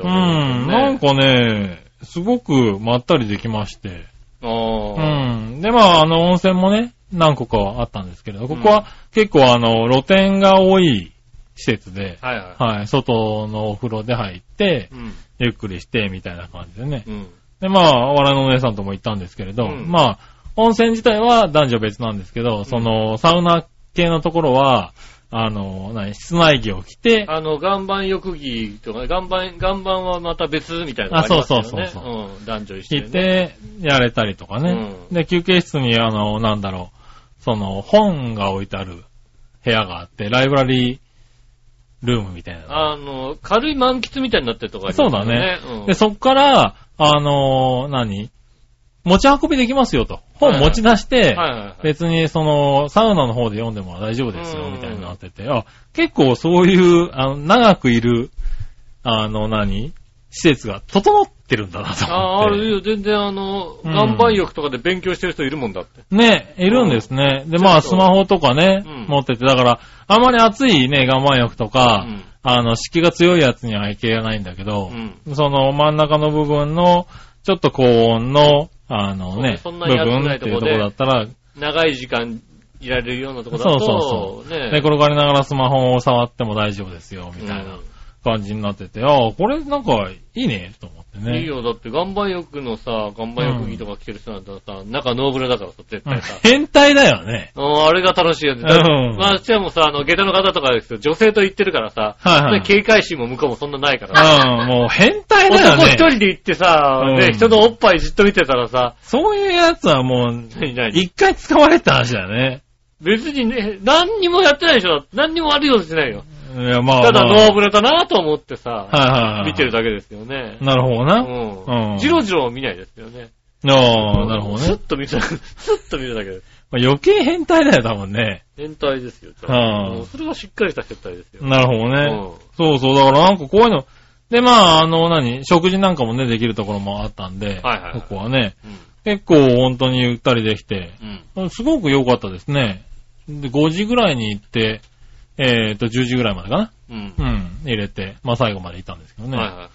ね、なんかね、すごくまったりできまして。ああ。うん。で、まあ、あの、温泉もね、何個かあったんですけれど、ここは結構あの、露天が多い施設で、はいはい。はい、外のお風呂で入って、うん、ゆっくりして、みたいな感じでね。うん、で、まあ、笑いのお姉さんとも行ったんですけれど、うん、まあ、温泉自体は男女別なんですけど、うん、その、サウナ系のところは、あの、何、室内着を着て、 あの、岩盤浴着とか、岩盤、岩盤はまた別みたいなのがありますよね。あ、そうそうそうそう、うん。男女一緒に、ね。着て、やれたりとかね、うん。で、休憩室に、あの、なんだろう、その、本が置いてある部屋があって、ライブラリールームみたいな。 あの、軽い満喫みたいになってるとこありますよね。 そうだね。うん、で、そっから、あの、何持ち運びできますよと。本持ち出して、別にその、サウナの方で読んでも大丈夫ですよ、みたいになってて、あ、結構そういう、あの、長くいる、あの、何施設が整ってるんだなと思って。ああ、あるよ。全然あの、岩盤浴とかで勉強してる人いるもんだって。 ね、いるんですね。で、まあ、スマホとかね、うん、持ってて、だから、あんまり熱いね、岩盤浴とか、うん、あの、湿気が強いやつには行けないんだけど、うん、その真ん中の部分の、ちょっと高温の、あのね、部分っていうところだったら、 長い時間いられるようなところだと、 そうそうそう。ね、寝転がりながらスマホを触っても大丈夫ですよ、みたいな感じになってて、うん、ああ、これなんかいいね、と思ってね。 いいよ、だって岩盤浴のさ、岩盤浴着とか着てる人なんだったらさ、うん、中ノーブラだからさ、絶対さ。 変態だよね。 うん、あれが楽しいよね。うん。まあ、しかもさ、あの、下駄の方とかですけど、女性と行ってるからさ、はいはい、警戒心も向こうもそんなないからさ。うん、もう変態だよね。 男一人で行ってさ、うん、ね、人のおっぱいじっと見てたらさ、 そういうやつはもう、一回捕まれって話だよね。 別にね、何にもやってないでしょ。何にも悪いことしてないよ。 いや、まあ、 ただノーブラだなと思ってさ、はいはいはい、見てるだけですよね。 なるほどな。 うん。ジロジロ見ないですよね。 ああ、なるほどね。 スッと見るだけ、スッと見るだけです。 まあ、余計変態だよ、多分ね。 変態ですよ。はあ、それはしっかりした変態ですよ。 なるほどね。うん、そうそう、だからなんかこういうの、で、まあ、あの、何、食事なんかもね、できるところもあったんで、はいはいはい、ここはね、うん、結構本当にゆったりできて、うん、すごく良かったですね。で、ごじぐらいに行って、えっと、じゅうじぐらいまでかな。うん。うん。入れて、まあ最後までいたんですけどね。はいはい。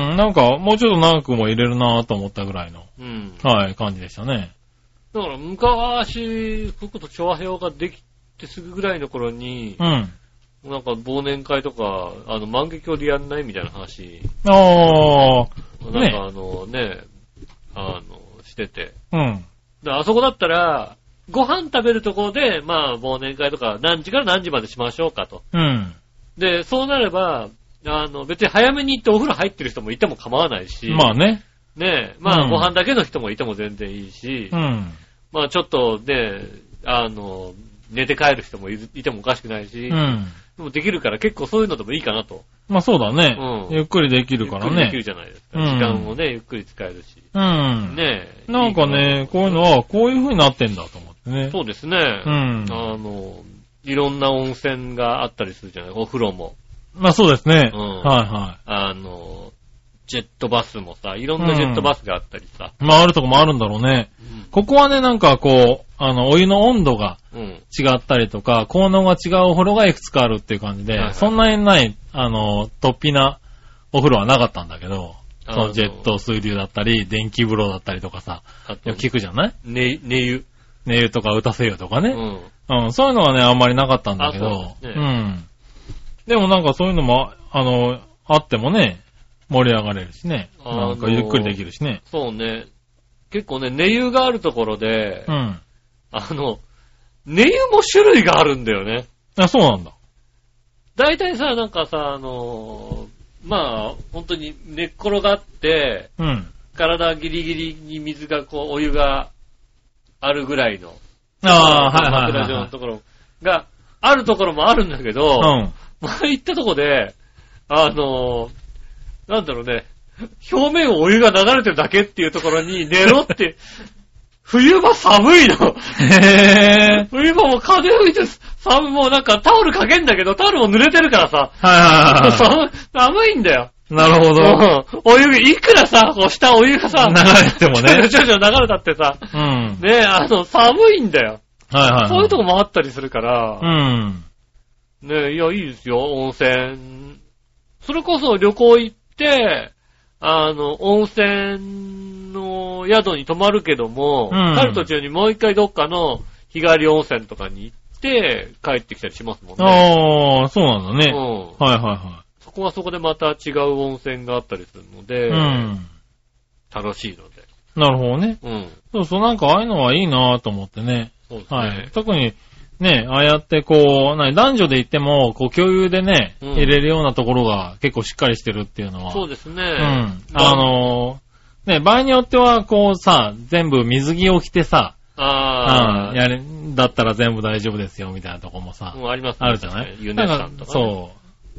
うん、なんか、もうちょっと長くも入れるなぁと思ったぐらいの、うん。はい、感じでしたね。 だから、昔、そういうこと、調和表ができてすぐぐらいの頃に、うん。なんか、忘年会とか、あの、万華鏡でやんないみたいな話。ああ。なんか、あのね、ねあの、してて。うん。で、あそこだったら、ご飯食べるところで、まあ、忘年会とか何時から何時までしましょうかと。うん。で、そうなれば、あの、別に早めに行ってお風呂入ってる人もいても構わないし。 まあね。 ねえ、まあ、うん、ご飯だけの人もいても全然いいし。うん。まあ、ちょっとね、あの、寝て帰る人も い, いてもおかしくないし。うん。でもできるから結構そういうのでもいいかなと。 まあそうだね。うん。ゆっくりできるからね。ゆっくりできるじゃないですか。うん、時間もね、ゆっくり使えるし。 うん。ねえ。なんかね、こういうのはこういう風になってんだと思ってね。 そうですね。うん。あの、いろんな温泉があったりするじゃない、お風呂も。 まあそうですね。うん。はいはい。 あの、ジェットバスもさ、いろんなジェットバスがあったりさ。 うん、まああるとこもあるんだろうね。うん、ここはね、なんかこう、あの、お湯の温度が違ったりとか、うん、効能が違うお風呂がいくつかあるっていう感じで、はいはい、そんなにない、あの、突飛なお風呂はなかったんだけど、そのジェット水流だったり、電気風呂だったりとかさ、よく聞くじゃない？ ね、寝湯。 寝湯とか打たせ湯とかね、うん。うん。そういうのはね、あんまりなかったんだけど、うね、うん。でもなんかそういうのも、あの、あってもね、盛り上がれるしね。なんかゆっくりできるしね。 そうね。結構ね、寝湯があるところで、うん。あの、寝湯も種類があるんだよね。 あ、そうなんだ。 大体さ、なんかさ、あの、まあ、本当に寝っ転がって、うん。体ギリギリに水がこう、お湯があるぐらいの。 ああ、はいはいはい、はい。 枕状のところがあるところもあるんだけど、うん。前行ったとこで、あの、なんだろうね、表面をお湯が流れてるだけっていうところに寝ろって、冬場寒いの。へー。冬場も風吹いて寒い、もうなんかタオルかけんだけど、タオルも濡れてるからさ、はいはいはい、寒, 寒いんだよ。 なるほど。うん、 お湯、いくらさ、こう下お湯がさ、 流れてもね。 ちょちょ流れたってさ、うん、ねえ、あの、寒いんだよ。はいはい、はい。そういうとこもあったりするから、うん。 ねえ、いや、いいですよ、温泉。それこそ旅行行って、あの、温泉の宿に泊まるけども、うん、帰る途中にもう一回どっかの日帰り温泉とかに行って帰ってきたりしますもんね。 ああ、そうなんだね。うん。はいはいはい。 そこはそこでまた違う温泉があったりするので、うん、楽しいので。 なるほどね。うん。そうそう、なんかああいうのはいいなぁと思ってね。そうですね。はい。特に、ね、ああやってこう、なに男女で行っても、こう共有でね、うん、入れるようなところが結構しっかりしてるっていうのは。 そうですね。うん。 あのー、ね、場合によっては、こうさ、全部水着を着てさ、ああ、うん、やれ、だったら全部大丈夫ですよ、みたいなとこもさ。 うん、ありますね。あるじゃない？ ユネさんとか、ね。 そう。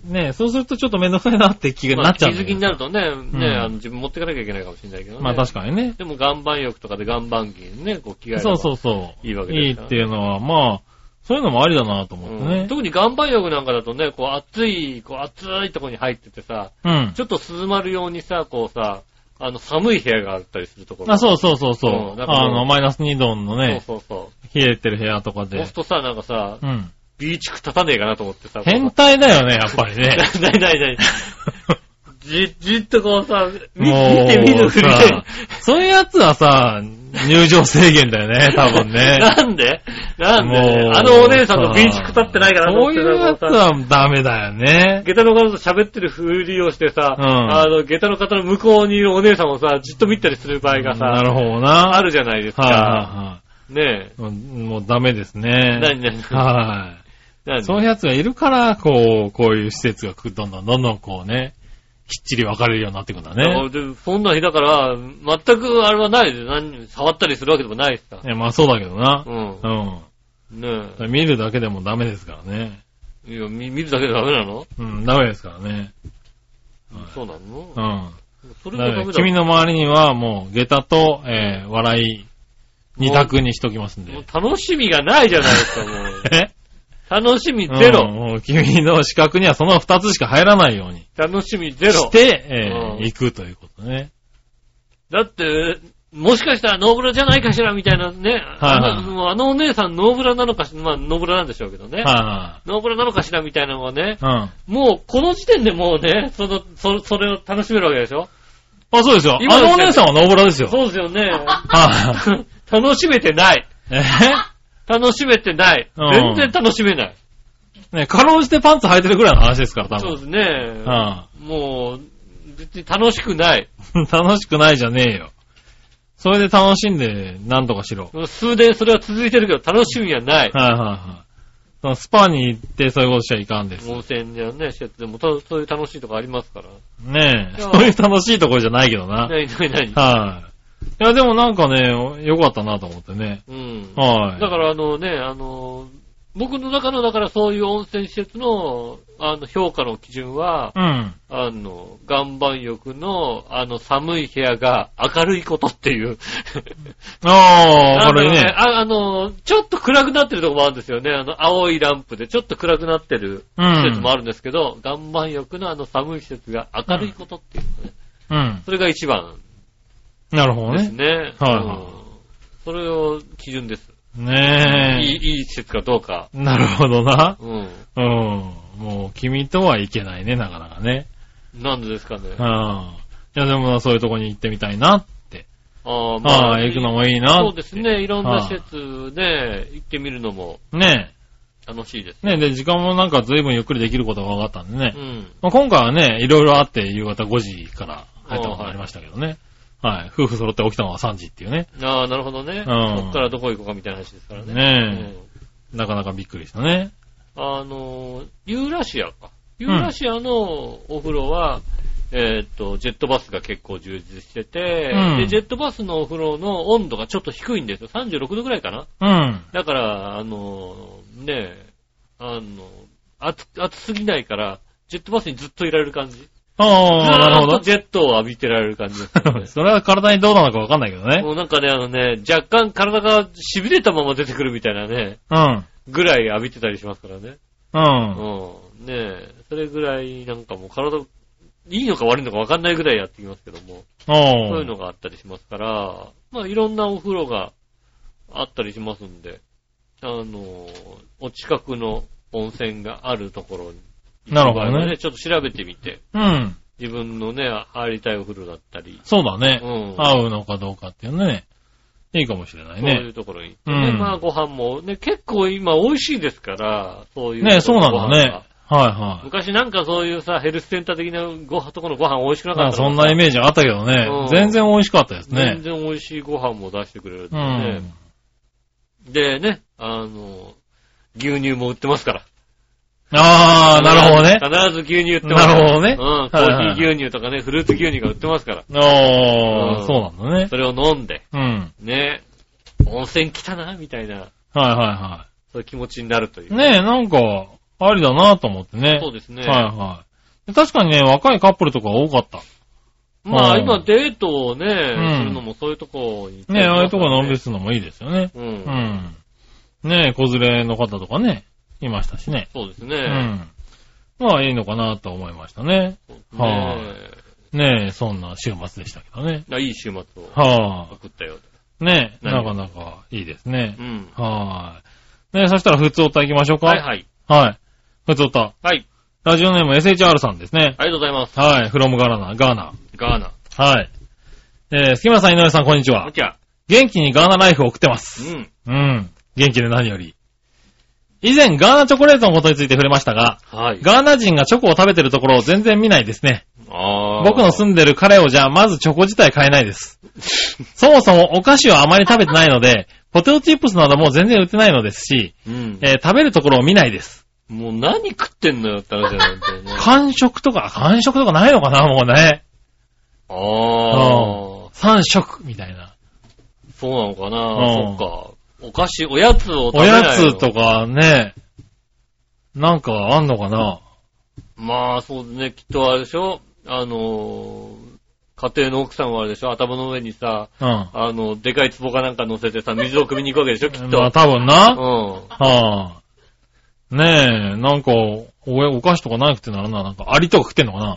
ね、そうするとちょっとめんどくさいなって気がなっちゃう、 まあ。水着になるとね、ね、うん、あの自分持ってかなきゃいけないかもしれないけどね。 まあ確かにね。 でも岩盤浴とかで岩盤着にね、こう着替えるそうそうそう。 いいわけですから、ね。いいっていうのは、まあ、そういうのもありだなと思ってね、うん。 特に岩盤浴なんかだとね、こう暑い、こう暑いところに入っててさ、うん、ちょっと涼まるようにさ、こうさ、あの寒い部屋があったりするところ。 あ、そうそうそうそう。うん、あの、マイナスにどのね、 そうそうそう。 冷えてる部屋とかで。 そうするとさ、なんかさ、うん、ビーチク立たねえかなと思ってさ。 変態だよね、やっぱりね。 なになになにじ、じっとこうさ、見て見るふりで。 そういうやつはさ、入場制限だよね、多分ね。 なんでなんであのお姉さんのビーチくたってないからと思ってた。そういうやつはダメだよね。 下駄の方と喋ってるふりをしてさ、うん、あの、下駄の方の向こうにいるお姉さんをさ、じっと見たりする場合がさ、 なるほどな。 あるじゃないですか。はいはいはい、ねえ。もうダメですね。 何何はい。そういうやつがいるから、こう、こういう施設がどんどんどんどんこうね、きっちり分かれるようになってくんだね。 でそんな日だから、全くあれはないで、何、触ったりするわけでもないしさ。 いや、まあそうだけどな。 うん。うん。ねえ。見るだけでもダメですからね。 いや、見、見るだけでダメなの？ うん、ダメですからね。 そうなの？ うん。それもダメだ。君の周りにはもう、下駄と、えー、笑い、二択にしときますんで。 もう楽しみがないじゃないですか、もう。 え楽しみゼロ、うん。 もう君の資格にはその二つしか入らないように。 楽しみゼロ。 して、えーうん、行くということね。 だって、もしかしたらノーブラじゃないかしらみたいなね。はい、はい、あの、あのお姉さんノーブラなのかしら、まあノーブラなんでしょうけどね。はい、はい、ノーブラなのかしらみたいなのはね。うん、もうこの時点でもうね、その、そ、それを楽しめるわけでしょ。 あ、そうですよ。今のお姉さんはノーブラですよ。 そうですよね。はい、楽しめてない。 え楽しめてない。全然楽しめない。 ね、かろうじてパンツ履いてるぐらいの話ですから、多分。 そうですね。うん、もう、別に楽しくない。 楽しくないじゃねえよ。それで楽しんで、なんとかしろ。 数年それは続いてるけど、楽しみはない。 はいはいはい。そのスパに行ってそういうことしちゃいかんです。 温泉やね、施設でも、そういう楽しいとこありますから。 ねえ、そういう楽しいところじゃないけどな。 なになになにはい。いや、でもなんかね、良かったなと思ってね。 うん。はい。だからあのね、あの、僕の中の、だからそういう温泉施設の、あの、評価の基準は、うん。あの、岩盤浴の、あの、寒い部屋が明るいことっていう。 ああ、明るいね。 ああの、ちょっと暗くなってるところもあるんですよね。あの、青いランプでちょっと暗くなってる施設もあるんですけど、うん、岩盤浴のあの寒い施設が明るいことっていうね。うん。それが一番。 なるほどね。 ですね。はい、はい。それを基準です。 ねえ。 いい、いい施設かどうか。 なるほどな。うん。うん。もう、君とはいけないね、なかなかね。 なんでですかね。 うん。いや、でもそういうとこに行ってみたいなって。 ああ、 まあ、あ行くのもいいなって。 そうですね。いろんな施設で行ってみるのも。 ねえ。楽しいですね。 ねで、時間もなんか随分ゆっくりできることが分かったんでね。うん。まあ、今回はね、いろいろあって夕方ごじから入ったことがありましたけどね。はい。夫婦揃って起きたのがさんじっていうね。 ああ、なるほどね。うん。そっからどこ行こうかみたいな話ですからね。 ねえ、うん。なかなかびっくりしたね。 あの、ユーラシアか。ユーラシアのお風呂は、うん、えー、っと、ジェットバスが結構充実してて、うん、で、ジェットバスのお風呂の温度がちょっと低いんですよ。さんじゅうろくどぐらいかな。うん。だから、あの、ねえ、あの、暑、暑すぎないから、ジェットバスにずっといられる感じ。 ああ、なるほど。 ジェットを浴びてられる感じです、ね。 それは体にどうなのかわかんないけどね。 もうなんかね、あのね、若干体が痺れたまま出てくるみたいなね。うん。ぐらい浴びてたりしますからね。うん。うん。ねえ、それぐらいなんかもう体、いいのか悪いのかわかんないぐらいやってきますけども。そういうのがあったりしますから、まあいろんなお風呂があったりしますんで、あの、お近くの温泉があるところに。 なるほどね。 ちょっと調べてみて。 うん。 自分のね、入りたいお風呂だったり。 そうだね。うん。合うのかどうかっていうね。いいかもしれないね。 そういうところに行ってね。うん、まあご飯もね、結構今美味しいですから、そういう。 ね、そうなんだね。はいはい。 昔なんかそういうさ、ヘルスセンター的なごところのご飯美味しくなかったそんなイメージあったけどね、うん。全然美味しかったですね。 全然美味しいご飯も出してくれるんでね。うん、でね、あの、牛乳も売ってますから。 あー、なるほどね。 必ず牛乳売ってますから。なるほどね。 うん、コーヒー牛乳とかね、フルーツ牛乳が売ってますから。 あー、うん、そうなんだね。 それを飲んで。 うん。 ね、温泉来たな、みたいな。はいはいはい。 そういう気持ちになるという。 ねえ、なんか、ありだなと思ってね。 そうですね。 はいはい。確かにね、若いカップルとか多かった。 まあ、今デートをね、うん、するのもそういうとこに、 ね。ねああいうとこのんびりするのもいいですよね。うん。うん。ねえ、子連れの方とかね、いましたしね。 そうですね。 うん。まあ、いいのかなと思いましたね。 ねはあ、ねえ、そんな週末でしたけどね。 いい週末をは送ったようで。ねえ、なかなかいいですね。 うん。 はい。ねえ、そしたら普通おた行きましょうか。 はいはい。 はい。普通おた。 はい。 ラジオネーム エスエイチアール さんですね。 ありがとうございます。 はい。フロムガーナ、ガーナ。 ガーナ。 はい。えー、杉村さん、井上さん、こんにちは。 こんにちは。 元気にガーナライフを送ってます。 うん。 うん。元気で何より。以前、ガーナチョコレートのことについて触れましたが、はい。ガーナ人がチョコを食べてるところを全然見ないですね。 あ僕の住んでるカレオじゃ、まずチョコ自体買えないです。そもそもお菓子をあまり食べてないので、ポテトチップスなども全然売ってないのですし、うんえー、食べるところを見ないです。 もう何食ってんのよって話じゃないんだよね。 完食とか、完食とかないのかな、もうね。 ああ。 三食みたいな。 そうなのかな、そっか。お菓子、おやつを食べないの。おやつとかね、なんかあんのかな。 まあ、そうね、きっとあれでしょあのー、家庭の奥さんはあれでしょ頭の上にさ、うん、あの、でかい壺かなんか乗せてさ、水を汲みに行くわけでしょきっと。 まあ多分な。 うん。はあ。ねえ、なんか、お、お菓子とかなくてならな、なんかアリとか食ってんのかな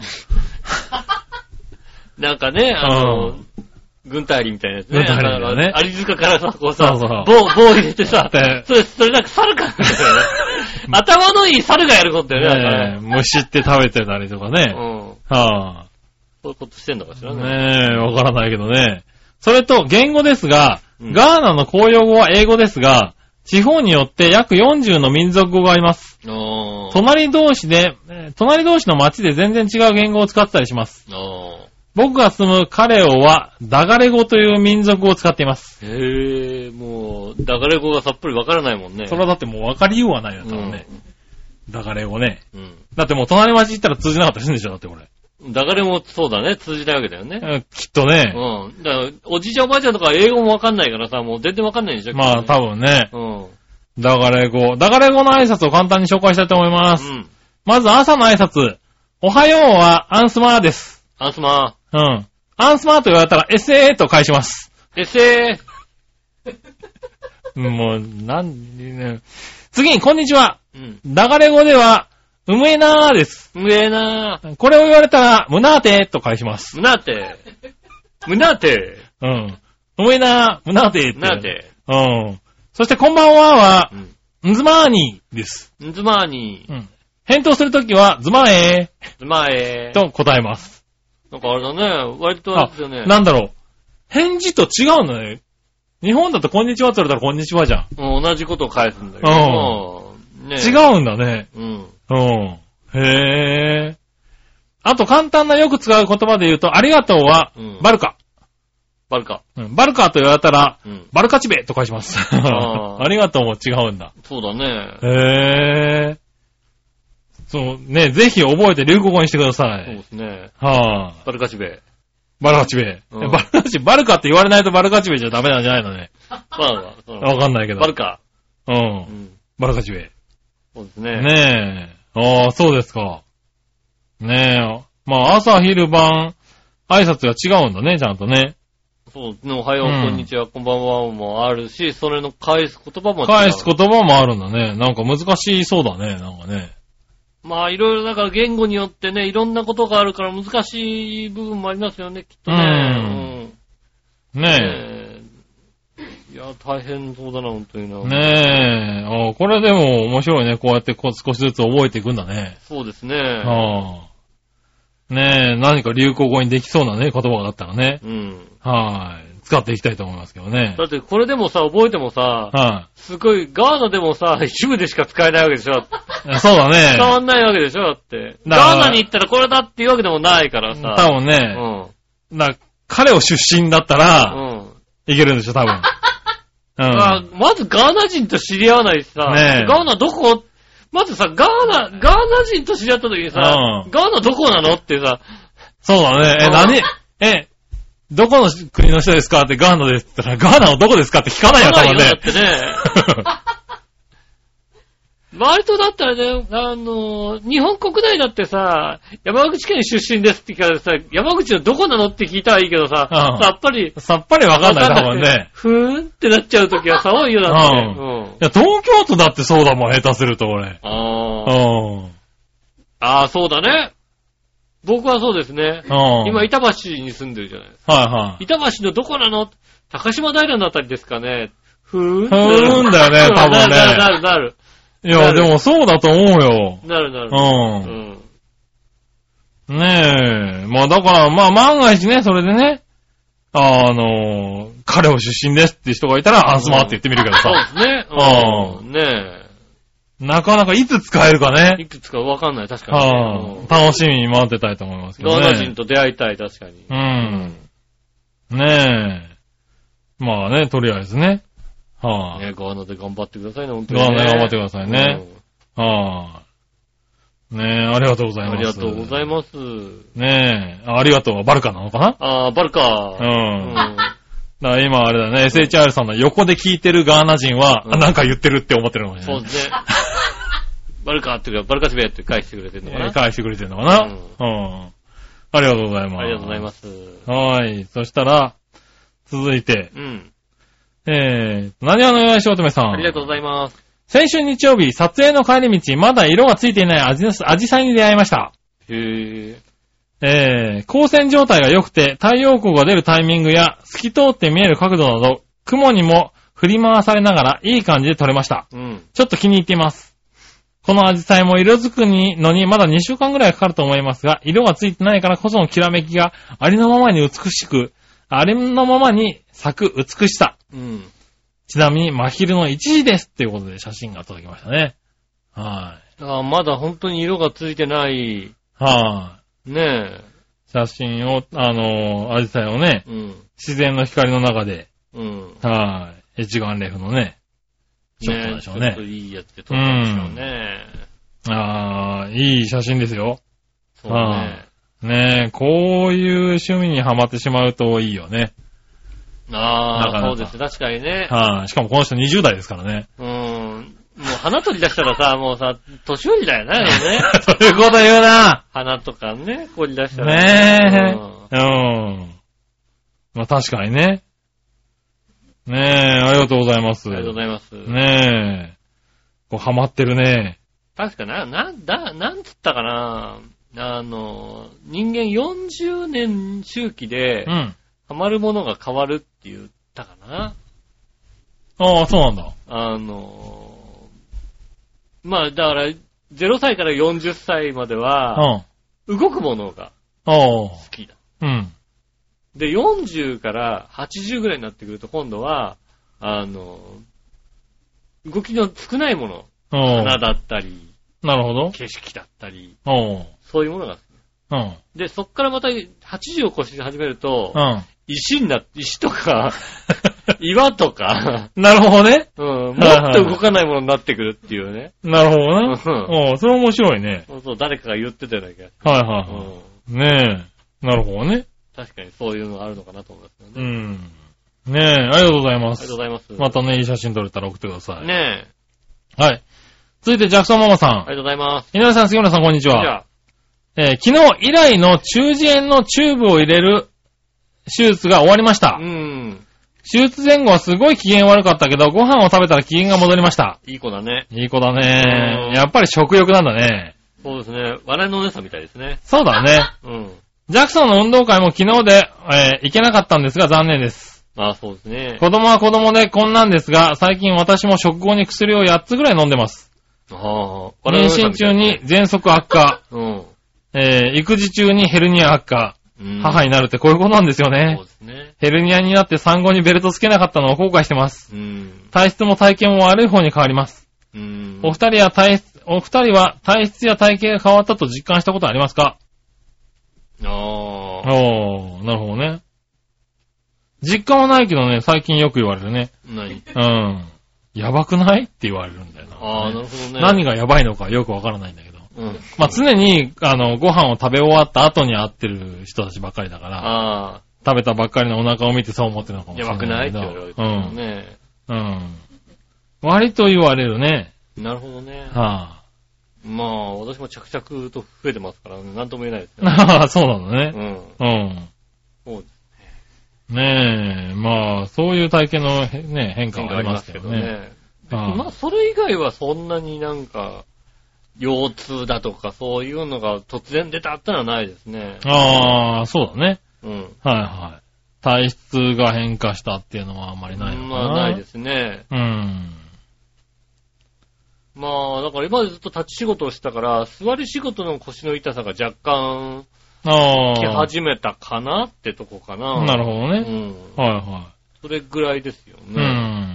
なんかね、あの、うん、軍隊アリみたいなやつね。 軍隊アリだね。 アリ塚からさ、こうさ、 そうそう棒、棒入れてさ、それ、それなんか猿か、頭のいい猿がやることだよね。 ねえ、虫って食べてたりとかね。 うん。 はあ。 そういうことしてんのかしらね。 ねえ、わからないけどね。それと、言語ですが、うん、ガーナの公用語は英語ですが、地方によって約よんじゅうの民族語があります。隣同士で、隣同士の町で全然違う言語を使ってたりします。僕が住むカレオはダガレ語という民族語を使っています。 へぇー、もう、ダガレ語がさっぱりわからないもんね。 それはだってもうわかりようがないよ、多分ね。うん、ダガレ語ね、うん。だってもう隣町行ったら通じなかったりするんでしょ、だってこれ。 ダガレもそうだね、通じないわけだよね。 うん、きっとね。 うん。だから、おじいちゃんおばあちゃんとか英語もわかんないからさ、もう全然わかんないんでしょ。 まあ、多分ね。 うん。 ダガレ語。ダガレ語の挨拶を簡単に紹介したいと思います。うん。まず朝の挨拶。おはようはアンスマーです。 アンスマー。うん。アンスマーと言われたらエセーと返します。 エセー。もう、なんでね。次に、こんにちは。うん。ダガレ語では、うむえなーです。 うむえなー。 これを言われたら、むなーてーと返します。 むなーてー。むなーてー。うん。うむえなー、むなーてーって。 むなーてー。うん。そして、こんばんはは、うん、んずまーにーです。 んずまーにー。 うん。返答するときは、ずまえー。ずまえー。 と答えます。 なんかあれだね。割とあれですよね。 なんだろう。返事と違うのね。日本だとこんにちはって言われたらこんにちはじゃん。 うん、同じことを返すんだけど。 うん。ね、違うんだね。 うん。 うん。へー。あと簡単なよく使う言葉で言うと、ありがとうは、うん、バルカ。 バルカ。 うん。バルカと言われたら、うん、バルカチベと返します。あ, ありがとうも違うんだ。 そうだね。 へー。そうね、ぜひ覚えて流行語にしてください。 そうですね。 はぁ、 あ。バルカチベ。 バルカチベ。うん、バルカチベ、バルカって言われないとバルカチベじゃダメなんじゃないのね。 バルカ。 わかんないけど。 バルカ。 うん。うん、バルカチベ。 そうですね。 ねえ。ああ、そうですか。ねえ。まあ、朝、昼、晩、挨拶が違うんだね、ちゃんとね。 そうですね。おはよう、うん、こんにちは、こんばんはもあるし、それの返す言葉も違う。 返す言葉もあるんだね。なんか難しそうだね、なんかね。 まあ、いろいろだから言語によってね、いろんなことがあるから難しい部分もありますよね、きっとね。 うん。うん、ねえ。 いや、 や、大変そうだな、本当にな。 ねえ。あ、これでも面白いね。こうやってこう少しずつ覚えていくんだね。 そうですね。 はあ、ねえ、何か流行語にできそうなね、言葉があったらね。うん。はい。使っていきたいと思いますけどね。 だってこれでもさ、覚えてもさ、はい。すごい、ガーナでもさ、一部でしか使えないわけでしょ。 そうだね。 変わんないわけでしょ、だって。ガーナに行ったらこれだっていうわけでもないからさ。 多分ね。うん。だ彼を出身だったら、うん。いけるんでしょ、多分。 うん。まあ、まずガーナ人と知り合わないしさ、ね、ガーナどこまずさ、ガーナ、ガーナ人と知り合った時にさ、うん、ガーナどこなのってさ。 そうだね。え、何え、どこの国の人ですかってガーナですって言ったら、ガーナはどこですかって聞かないよ、多分ね。だってね。 割とだったらね、あの、日本国内だってさ、山口県出身ですって聞かれてさ、山口のどこなのって聞いたらいいけどさ、うん、さっぱり。 さっぱりわかんない、多分ね。 ふーんってなっちゃうときはさ、多いよだって、ね。うん。うん、いや、東京都だってそうだもん、下手すると俺。ああ。 うん。ああ、そうだね。僕はそうですね。今、板橋に住んでるじゃないですか。はいはい。板橋のどこなの高島平のあたりですかね。ふーん。 ふーんだよね、多分ね。 なるなるなる。 いや、でもそうだと思うよ。 なるなる。 うん。うん、ねえ。まあだから、まあ万が一ね、それでね、あの、彼を出身ですって人がいたら、アンスマーって言ってみるけどさ。 そうですね。うん。ねえ。なかなかいつ使えるかね。 いつ使うかわかんない、確かに、ね。 はあ、楽しみに待ってたいと思いますけどね。 ガーナ人と出会いたい、確かに。 うん。ねえ。まあね、とりあえずね。はぁ、あ。 ね、ガーナで頑張ってくださいね、本当に、ね。 ガーナで頑張ってくださいね。うん、はぁ、あ。ねえ、ありがとうございます。 ありがとうございます。 ねえ、ありがとうはバルカなのかな？ ああ、バルカ。 うん。うん、だから今あれだね、エスエイチアール さんの横で聞いてるガーナ人は、うん、なんか言ってるって思ってるのね。 そうですね。バルカっていうか、バルカチベって返してくれてるのかな、 えー、返してくれてるのかな、うん、うん。ありがとうございます。 ありがとうございます。 はい。そしたら、続いて、うん。えー、何話のよやしおとめさん。 ありがとうございます。 先週日曜日、撮影の帰り道、まだ色がついていないアジ、アジサイに出会いました。 へー。 えー、光線状態が良くて、太陽光が出るタイミングや、透き通って見える角度など、雲にも振り回されながら、いい感じで撮れました。うん。ちょっと気に入っています。このアジサイも色づくのにまだにしゅうかんぐらいかかると思いますが、色がついてないからこそのきらめきがありのままに美しく、ありのままに咲く美しさ。うん。ちなみに真昼のいちじですっていうことで写真が届きましたね。はい。 ああ、まだ本当に色がついてない。 はい。 ねえ。 写真を、あのー、アジサイをね、うん、自然の光の中で、うん。はい。一眼レフのね、ショットでしょうね。 ちょっといいやつで撮ったんでしょうね。 うん、ああ、いい写真ですよ。 そうね。 ねえ、こういう趣味にハマってしまうといいよね。 ああ、なかなかそうです。確かにね。 はい、しかもこの人にじゅう代ですからね。 うーん。もう花取り出したらさ、もうさ、年寄りだよね。ねそういうこと言うな。 花とかね、掘り出したら。 ねえ。うん。うん。まあ確かにね。ねえ、ありがとうございます。 ありがとうございます。 ねえ。こう、ハマってるね。 確かな、な、だ、なんつったかな。あの、人間よんじゅうねん周期で、うん。ハマるものが変わるって言ったかな。 ああ、そうなんだ。 あの、まあ、だから、ゼロさいからよんじゅっさいまでは、うん、動くものが好きだ。うん。で、よんじゅうからはちじゅうぐらいになってくると、今度は、あの、動きの少ないもの、花だったり、 なるほど。 景色だったり、そういうものが好き。うん。で、そっからまたはちじゅうを越し始めると、うん。石になって、石とか、岩とか。 なるほどね。 うん。もっと動かないものになってくるっていうね。 なるほどね。うん。それ面白いね。 そうそう、誰かが言ってたような気が。 はいはいはい。うん、ねえ。なるほどね。 確かにそういうのがあるのかなと思いますよね。 うん。ねえ、ありがとうございます。 ありがとうございます。 またね、いい写真撮れたら送ってください。 ねえ。はい。続いて、ジャクソンママさん。ありがとうございます。 井上さん、杉村さん、こんにちは。こんにちは。えー、昨日以来の中耳炎のチューブを入れる手術が終わりました。うん。手術前後はすごい機嫌悪かったけど、ご飯を食べたら機嫌が戻りました。 いい子だね。 いい子だね。やっぱり食欲なんだね。 そうですね。笑いのお姉さんみたいですね。 そうだね。うん。ジャクソンの運動会も昨日で、えー、行けなかったんですが残念です。 まあそうですね。 子供は子供でこんなんですが、最近私も食後に薬をやっつぐらい飲んでます。ああ。妊娠中に喘息悪化。うん。えー、育児中にヘルニア悪化。うん、母になるってこういうことなんですよね。そうですね。ヘルニアになって産後にベルトつけなかったのを後悔してます。うん。体質も体型も悪い方に変わります。うん。お二人は体質、お二人は体質や体型が変わったと実感したことありますか？ああ。おー、なるほどね。実感はないけどね、最近よく言われるね。何？うん。やばくないって言われるんだよな。ああ、なるほどね。何がやばいのかよくわからないんだけど。うん。まあ、常に、あの、ご飯を食べ終わった後に会ってる人たちばっかりだから、ああ。食べたばっかりのお腹を見てそう思ってるのかもしれないけど。やばくないって言われるけどね。うん。うん。割と言われるね。なるほどね。はあ。まあ、私も着々と増えてますからね、なんとも言えないですね。ああ、そうなのね。うん。うん。そうですね。ねえ、まあ、そういう体験の、ね、変化はありますけどね。ああまあ、それ以外はそんなになんか、腰痛だとかそういうのが突然出たってのはないですね。ああ、そうだね。うん。はいはい。体質が変化したっていうのはあんまりないのかな。まあないですね。うん。まあ、だから今までずっと立ち仕事をしたから、座り仕事の腰の痛さが若干、来始めたかなってとこかな。なるほどね。うん。はいはい。それぐらいですよね。うん。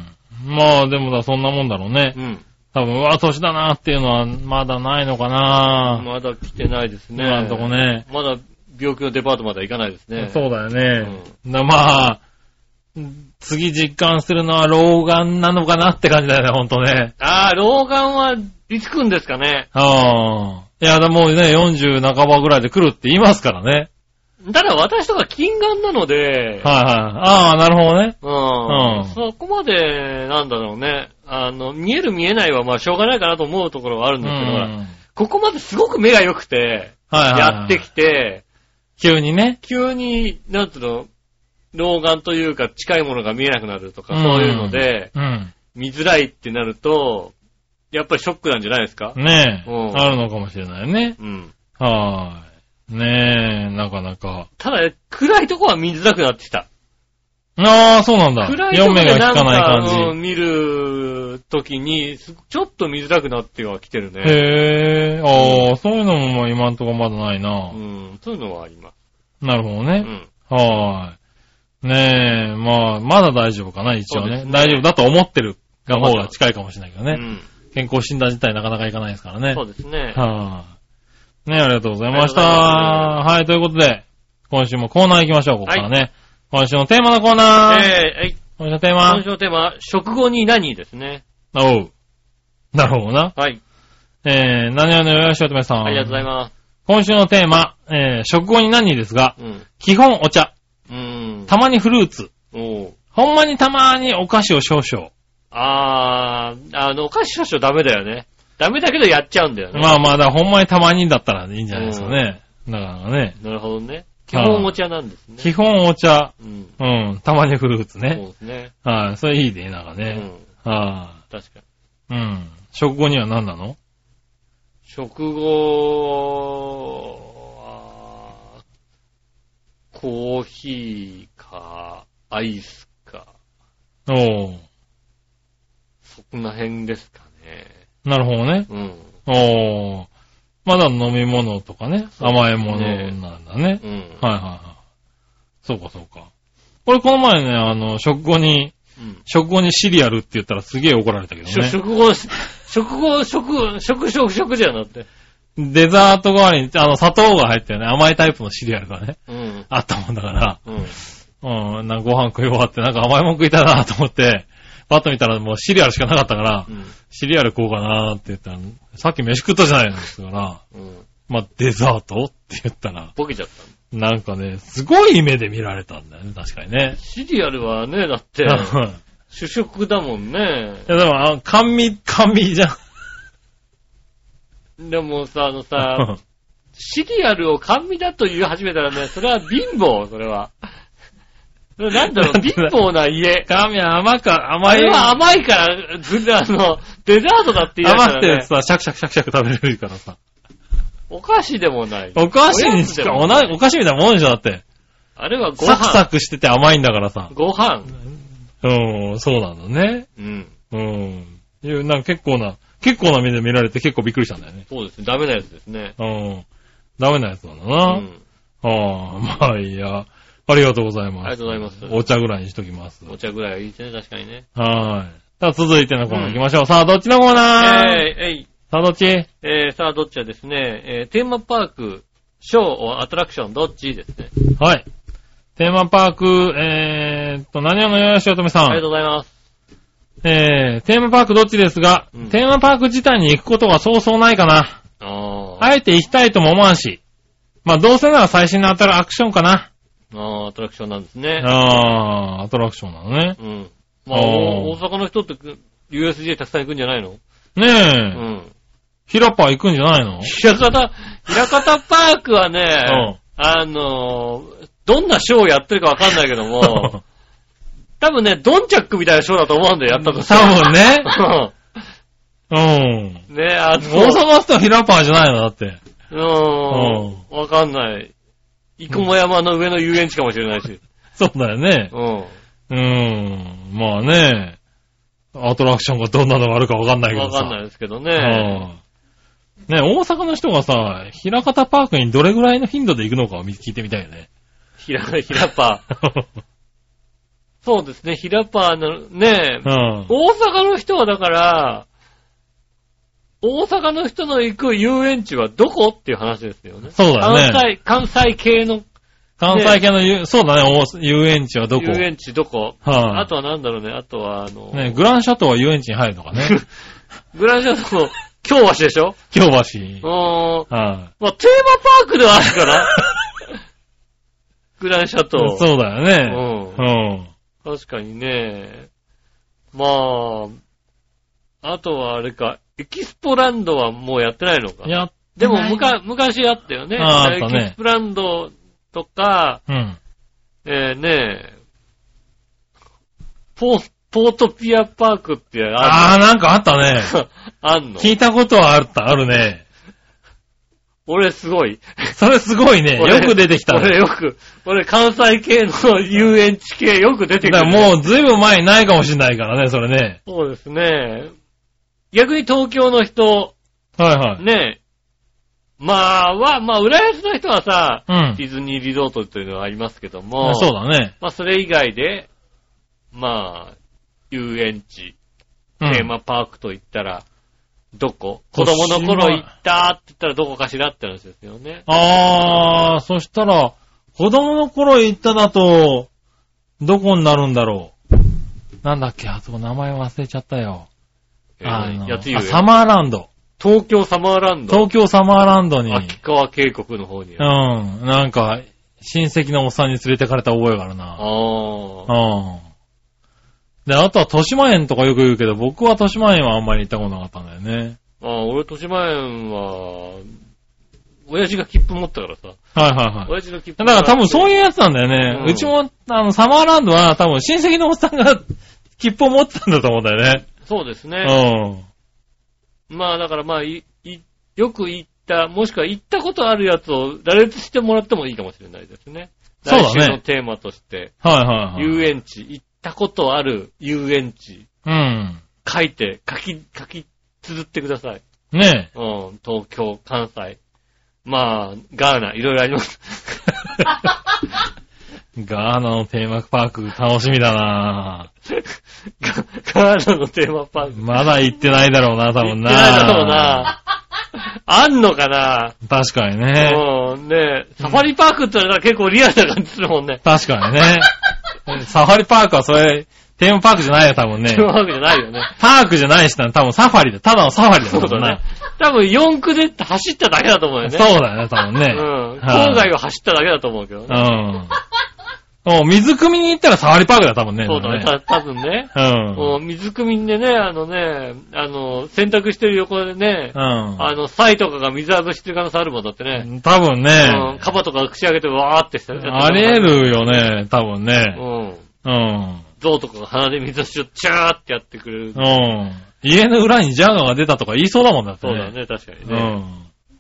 まあでもだ、そんなもんだろうね。うん。多分、うわ、年だなっていうのはまだないのかな。まだ来てないですね。今んとこね。まだ病気のデパートまで行かないですね。そうだよね。うん、だまあ、次実感するのは老眼なのかなって感じだよね、ほんとね。ああ、老眼はいつ来んですかね。ああ。いや、もうね、よんじゅう半ばぐらいで来るって言いますからね。ただ私とか近眼なので。はいはい。ああ、なるほどね。うん。うん。そこまで、なんだろうね。あの、見える見えないはまあしょうがないかなと思うところはあるんですけど、うん、ここまですごく目が良くて、はいはいはい、やってきて、急にね。急に、なんつうの、老眼というか近いものが見えなくなるとか、そういうので、うん、見づらいってなると、やっぱりショックなんじゃないですか？ねえ。うん、あるのかもしれないね。うん。はーい。ねえ、なかなか。ただ、暗いとこは見づらくなってきた。ああ、そうなんだ。暗いとこでなんか、うん、見るときに、ちょっと見づらくなってはきてるね。へえ、ああ、うん、そういうのも今んとこまだないな。うん、そういうのはあります。なるほどね。うん。はーい。ねえ、まあ、まだ大丈夫かな、一応 ね, ね。大丈夫だと思ってるが方が近いかもしれないけどね。うん、健康診断自体なかなかいかないですからね。そうですね。はぁ、ねえ、ありがとうございました。はい、ということで、今週もコーナー行きましょう、ここからね。はい、今週のテーマのコーナー。えー、はい。今週のテーマ。今週のテーマは、食後に何ですね。おう。なるほどな。はい。えー、何々のよよしおとめさん。ありがとうございます。今週のテーマ、えー、食後に何ですが、うん、基本お茶。うん。たまにフルーツ。おう。ほんまにたまにお菓子を少々。あー、あの、お菓子少々ダメだよね。ダメだけどやっちゃうんだよね。まあまあ、だほんまにたまにだったらいいんじゃないですかね。だからね。なるほどね。基本お茶なんですね。基本お茶。うん。うん。たまにフルーツね。そうですね。はい。それいいね、なんかね。うん。はい。確かに。うん。食後には何なの？食後は、コーヒーか、アイスか。おー。そんな辺ですかね。なるほどね。うん。おー。まだ飲み物とかね。甘いものなんだね。うん。はいはいはい。そうかそうか。これこの前ね、あの、食後に、うん、食後にシリアルって言ったらすげえ怒られたけどね。食後、食後、食、食、食、食じゃなくて。デザート代わりに、あの、砂糖が入ってるね、甘いタイプのシリアルがね。うん。あったもんだから。うん。うん。なんかご飯食い終わって、なんか甘いもん食いたいなと思って、パッと見たらもうシリアルしかなかったから、うん、シリアル食おうかなーって言ったら、さっき飯食ったじゃないのですから、うん、まあ、デザートって言ったら、ボケちゃったなんかね、すごい目で見られたんだよね、確かにね。シリアルはね、だって、主食だもんね。いや、でも、あの、甘味、甘味じゃん。でもさ、あのさ、シリアルを甘味だと言い始めたらね、それは貧乏、それは。なんだろう、貧乏な家。甘味は甘か、甘い。あれは甘いから、ずんであの、デザートだって言い出したら、ね。甘ってるさ、シャクシャクシャクシャク食べれるからさ。お菓子でもない。お菓子にしか、おな、お菓子みたいなもんでしょ、だって。 あれはご飯。 サクサクしてて甘いんだからさ。 ご飯。 うん、そうなのね。うん。うん。いう、なんか結構な、結構な目で見られて結構びっくりしたんだよね。 そうですね。ダメなやつですね。 うん。ダメなやつなんだな。うん。ああ、まあいいや。ありがとうございます。ありがとうございます。 お茶ぐらいにしときます。 お茶ぐらいはいいですね、確かにね。 はい。さあ、続いてのコーナー行きましょう。うん、さあ、どっちのコーナーえー、えい。 さあ、どっちえー、さあ、どっちはですね、えー、テーマパーク、ショー、アトラクション、どっちですね。 はい。テーマパーク、えーっと、何をのよよしおとめさん。 ありがとうございます。 えー、テーマパークどっちですが、うん、テーマパーク自体に行くことはそうそうないかな。ああえて行きたいとも思わんし。まあ、どうせなら最新のアトラクションかな。 ああ、アトラクションなんですね。 ああ、アトラクションなのね。 うん。まあ、大阪の人って ユーエスジェー たくさん行くんじゃないの？ねえ。うん。ヒラパー行くんじゃないの？ ヒラカタ、ヒラカタパークはね、うん、あのー、どんなショーをやってるかわかんないけども、多分ね、ドンチャックみたいなショーだと思うんだよ、やったとしたら。多分ね。うん。 ねあの、 大阪の人はヒラパーじゃないのだって。 うーん。わかんない。生駒山の上の遊園地かもしれないし。 そうだよね。うん。うーん。まあね。アトラクションがどんなのがあるかわかんないけどさ。 わかんないですけどね。 ね、大阪の人がさ、ひらかたパークにどれぐらいの頻度で行くのかを聞いてみたいよね。 ひら、ひらパー。そうですね、ひらパーの、ね、うん、大阪の人はだから、大阪の人の行く遊園地はどこっていう話ですよね。 そうだね。 関西、関西系の。 関西系の、ね、そうだね、遊園地はどこ？ 遊園地どこ？はい、あ。あとはなんだろうね、あとはあの。 ね、グランシャトーは遊園地に入るのかね。 グランシャトー、京橋でしょ？ 京橋。うーん。はい、 まあ、テーマパークではあるから。グランシャトー。 そうだよね。 うん。うん。確かにね。まあ、あとはあれか、エキスポランドはもうやってないのか。 やってでもむか昔あったよね。 ああ、あったね。 エキスポランドとか、 うん。 えー、ねポ、ポートピアパークってある。 ああ、なんかあったね。 あんの。 聞いたことはあった、あるね。 俺すごい。 それすごいね。よく出てきたね。 俺よく、俺関西系の遊園地系よく出てくる、ね。 だからもうずいぶん前にないかもしれないからね、それね。 そうですね。逆に東京の人、 はいはい。 ねまあ、は、まあ、浦安の人はさ、 うん、 ディズニーリゾートというのがありますけども、 そうだね。 まあ、それ以外で、まあ、遊園地、テーマパークといったら、どこ、子供の頃行ったって言ったらどこかしらって話ですよね。 あー、そしたら、子供の頃行っただと、どこになるんだろう。なんだっけ、あそこ名前忘れちゃったよ。 えー、あのやつゆえあ、サマーランド。 東京サマーランド。 東京サマーランドに。 秋川渓谷の方に。 うん。なんか、親戚のおっさんに連れてかれた覚えがあるな。 ああ。 うん。で、あとは豊島園とかよく言うけど、僕は豊島園はあんまり行ったことなかったんだよね。 ああ、俺豊島園は、親父が切符持ったからさ。 はいはいはい。 親父の切符。 だから多分そういうやつなんだよね。うん、うちも、あの、サマーランドは多分親戚のおっさんが切符を持ってたんだと思うんだよね。 そうですね。 うん。 まあだからまあ、い、い、よく行った、もしくは行ったことあるやつを羅列してもらってもいいかもしれないですね。 そうだね。 来週のテーマとして。 はいはいはい。 遊園地、行ったことある遊園地。 うん。 書いて、書き、書き、綴ってください。 ねえ。うん、東京、関西。まあ、ガーナ、いろいろあります。 ガーナのテーマパーク楽しみだなぁ。 ガーナのテーマパーク。 まだ行ってないだろうな、多分な。 行ってないだろうな。あんのかな。 確かにね。 うん、ねサファリパークって言ったら結構リアルな感じするもんね。 確かにね。サファリパークはそれ、テーマパークじゃないよ、多分ね。 テーマパークじゃないよね。 パークじゃないし、多分サファリだ。ただのサファリだもんね。 そうだね。多分四駆で走っただけだと思うよね。 そうだよね、多分ね。 うん。郊外を走っただけだと思うけどね。 うん。もう水汲みに行ったらサファリパークだ、多分ね。 そうだね、た多分ね。 うん。 もう水汲みでね、あのね、あの、洗濯してる横でね、 うん。 あの、サイとかが水浴びしてる可能性あるもんだってね。 多分ね。 うん。カバとか口上げてわーってしてる。 あり得るよね、多分ね。 うん。 うん。 象とかが鼻で水をチューってやってくれる。 うん。家の裏にジャガーが出たとか言いそうだもんだってね。 そうだね、確かにね。 うん。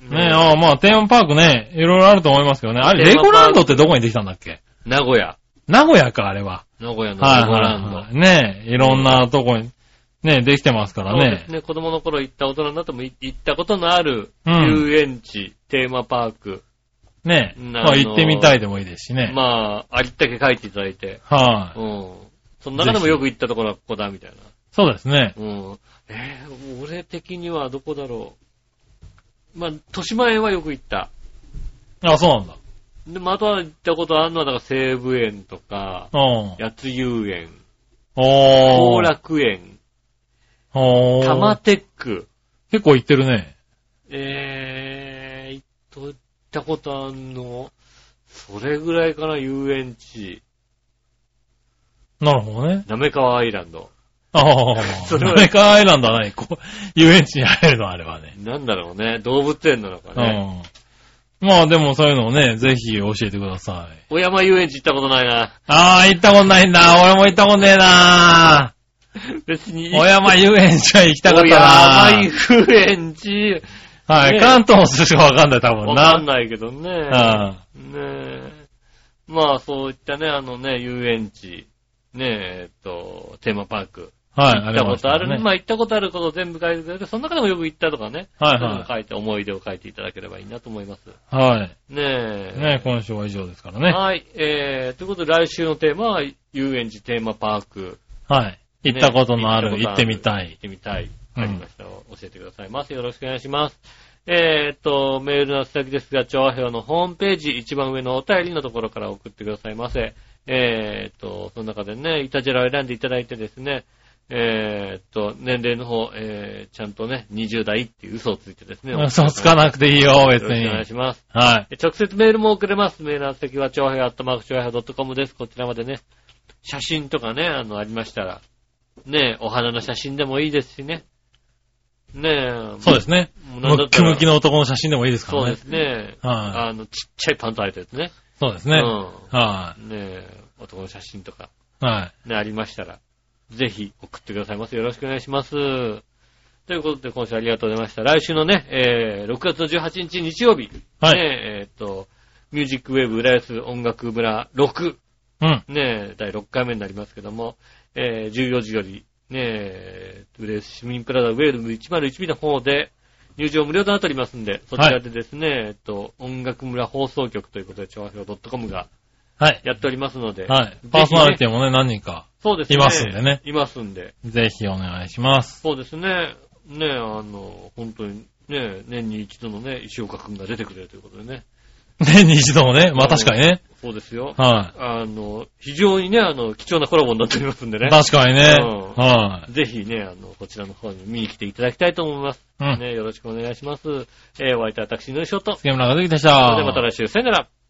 ねえ、ああ、まあ、テーマパークね、いろいろあると思いますけどね。あれ、レゴランドってどこにできたんだっけ？ 名古屋。 名古屋か、あれは。 名古屋のレゴランド。はいはいはい、 ねえ、いろんなとこに、ねえ、できてますからね。そうですね。子供の頃行った大人になっても行ったことのある遊園地、うん、テーマパーク。 ねえ。まあ行ってみたいでもいいですしね。 まあ、ありったけ書いていただいて。 はい、 うん。その中でもよく行ったところはここだ、みたいな。 そうですね。 うん。えー、俺的にはどこだろう。まあ、豊島園はよく行った。 あ、そうなんだ。 で、また行ったことあるのは、だから西武園とか、八津遊園、後楽園、多摩テック。 結構行ってるね。 えー、行ったことあるの、それぐらいかな、遊園地。 なるほどね。 なめかわアイランド。 ああ、それは。なめかわアイランドは何？こう、遊園地に入るのあれはね。 なんだろうね。動物園なのかね。 うん。まあでもそういうのをね、ぜひ教えてください。 小山遊園地行ったことないな。 ああ、行ったことないんだ。俺も行ったことねえな。 別に。 小山遊園地は行きたかったな。 小山遊園地。 はい、ね、関東の人しかわかんない多分な。 わかんないけどね。ああねえ。まあそういったね、あのね、遊園地。ねえ、えっと、テーマパーク。 はい、 行ったことある。あね、まあ行ったことあることを全部書いてくれて、その中でもよく行ったとかね。はいはい。書いて、思い出を書いていただければいいなと思います。 はい。 ねえ。 ねえ、今週は以上ですからね。 はい。えー、ということで来週のテーマは、遊園地テーマパーク。 はい。行ったことのある、ね、行ってみたい。 行ってみたい。ありましたら、教えてくださいませ。よろしくお願いします。えーっと、メールの先ですが、調和表のホームページ、一番上のお便りのところから送ってくださいませ。えーっと、その中でね、イタジェラを選んでいただいてですね、えーっと、年齢の方、えー、ちゃんとね、にじゅう代っていう嘘をついてですね。 嘘つかなくていいよ、別に。 よろしくお願いします。 はい。 直接メールも送れます。メールの先は、調和表アットマーク調和表 .com です。こちらまでね、写真とかね、あの、ありましたら、ね、お花の写真でもいいですしね。ねえ。 そうですね。ムッキムキの男の写真でもいいですからね。 そうですね。はい、あの、ちっちゃいパンツ履いたやつね。 そうですね。うん。はい、 ねえ、男の写真とか。 はい。 ね、ありましたら、ぜひ送ってくださいませ。よろしくお願いします。ということで、今週ありがとうございました。来週のね、えー、ろくがつのじゅうはちにち日曜日。はい。ねえ、えっと、ミュージックウェーブ浦安音楽村ろく。 うん。 ねえ、だいろっかいめになりますけども、えー、じゅうよじより、ねえ、浦安市民プラザウェール いちまるいちビー の方で入場無料となっておりますんで、そちらでですね、はい、えっと、音楽村放送局ということで、調和表 .com が、はい。やっておりますので、 はい。ね、パーソナリティもね、何人か、そうですね。いますんでね。 いますんで。 ぜひお願いします。 そうですね。ねえ、あの、本当に、ねえ、年に一度のね、石岡くんが出てくれるということでね。 年に一度もね、まあ確かにね。 そうですよ。 はい。 あの、非常にね、あの、貴重なコラボになっておりますんでね。 確かにね。うん、はい。 ぜひね、あの、こちらの方に見に来ていただきたいと思います。うん。ね、よろしくお願いします。えー、お相手は私の仕事。 杉村和之でした。 それではまた来週、さよなら。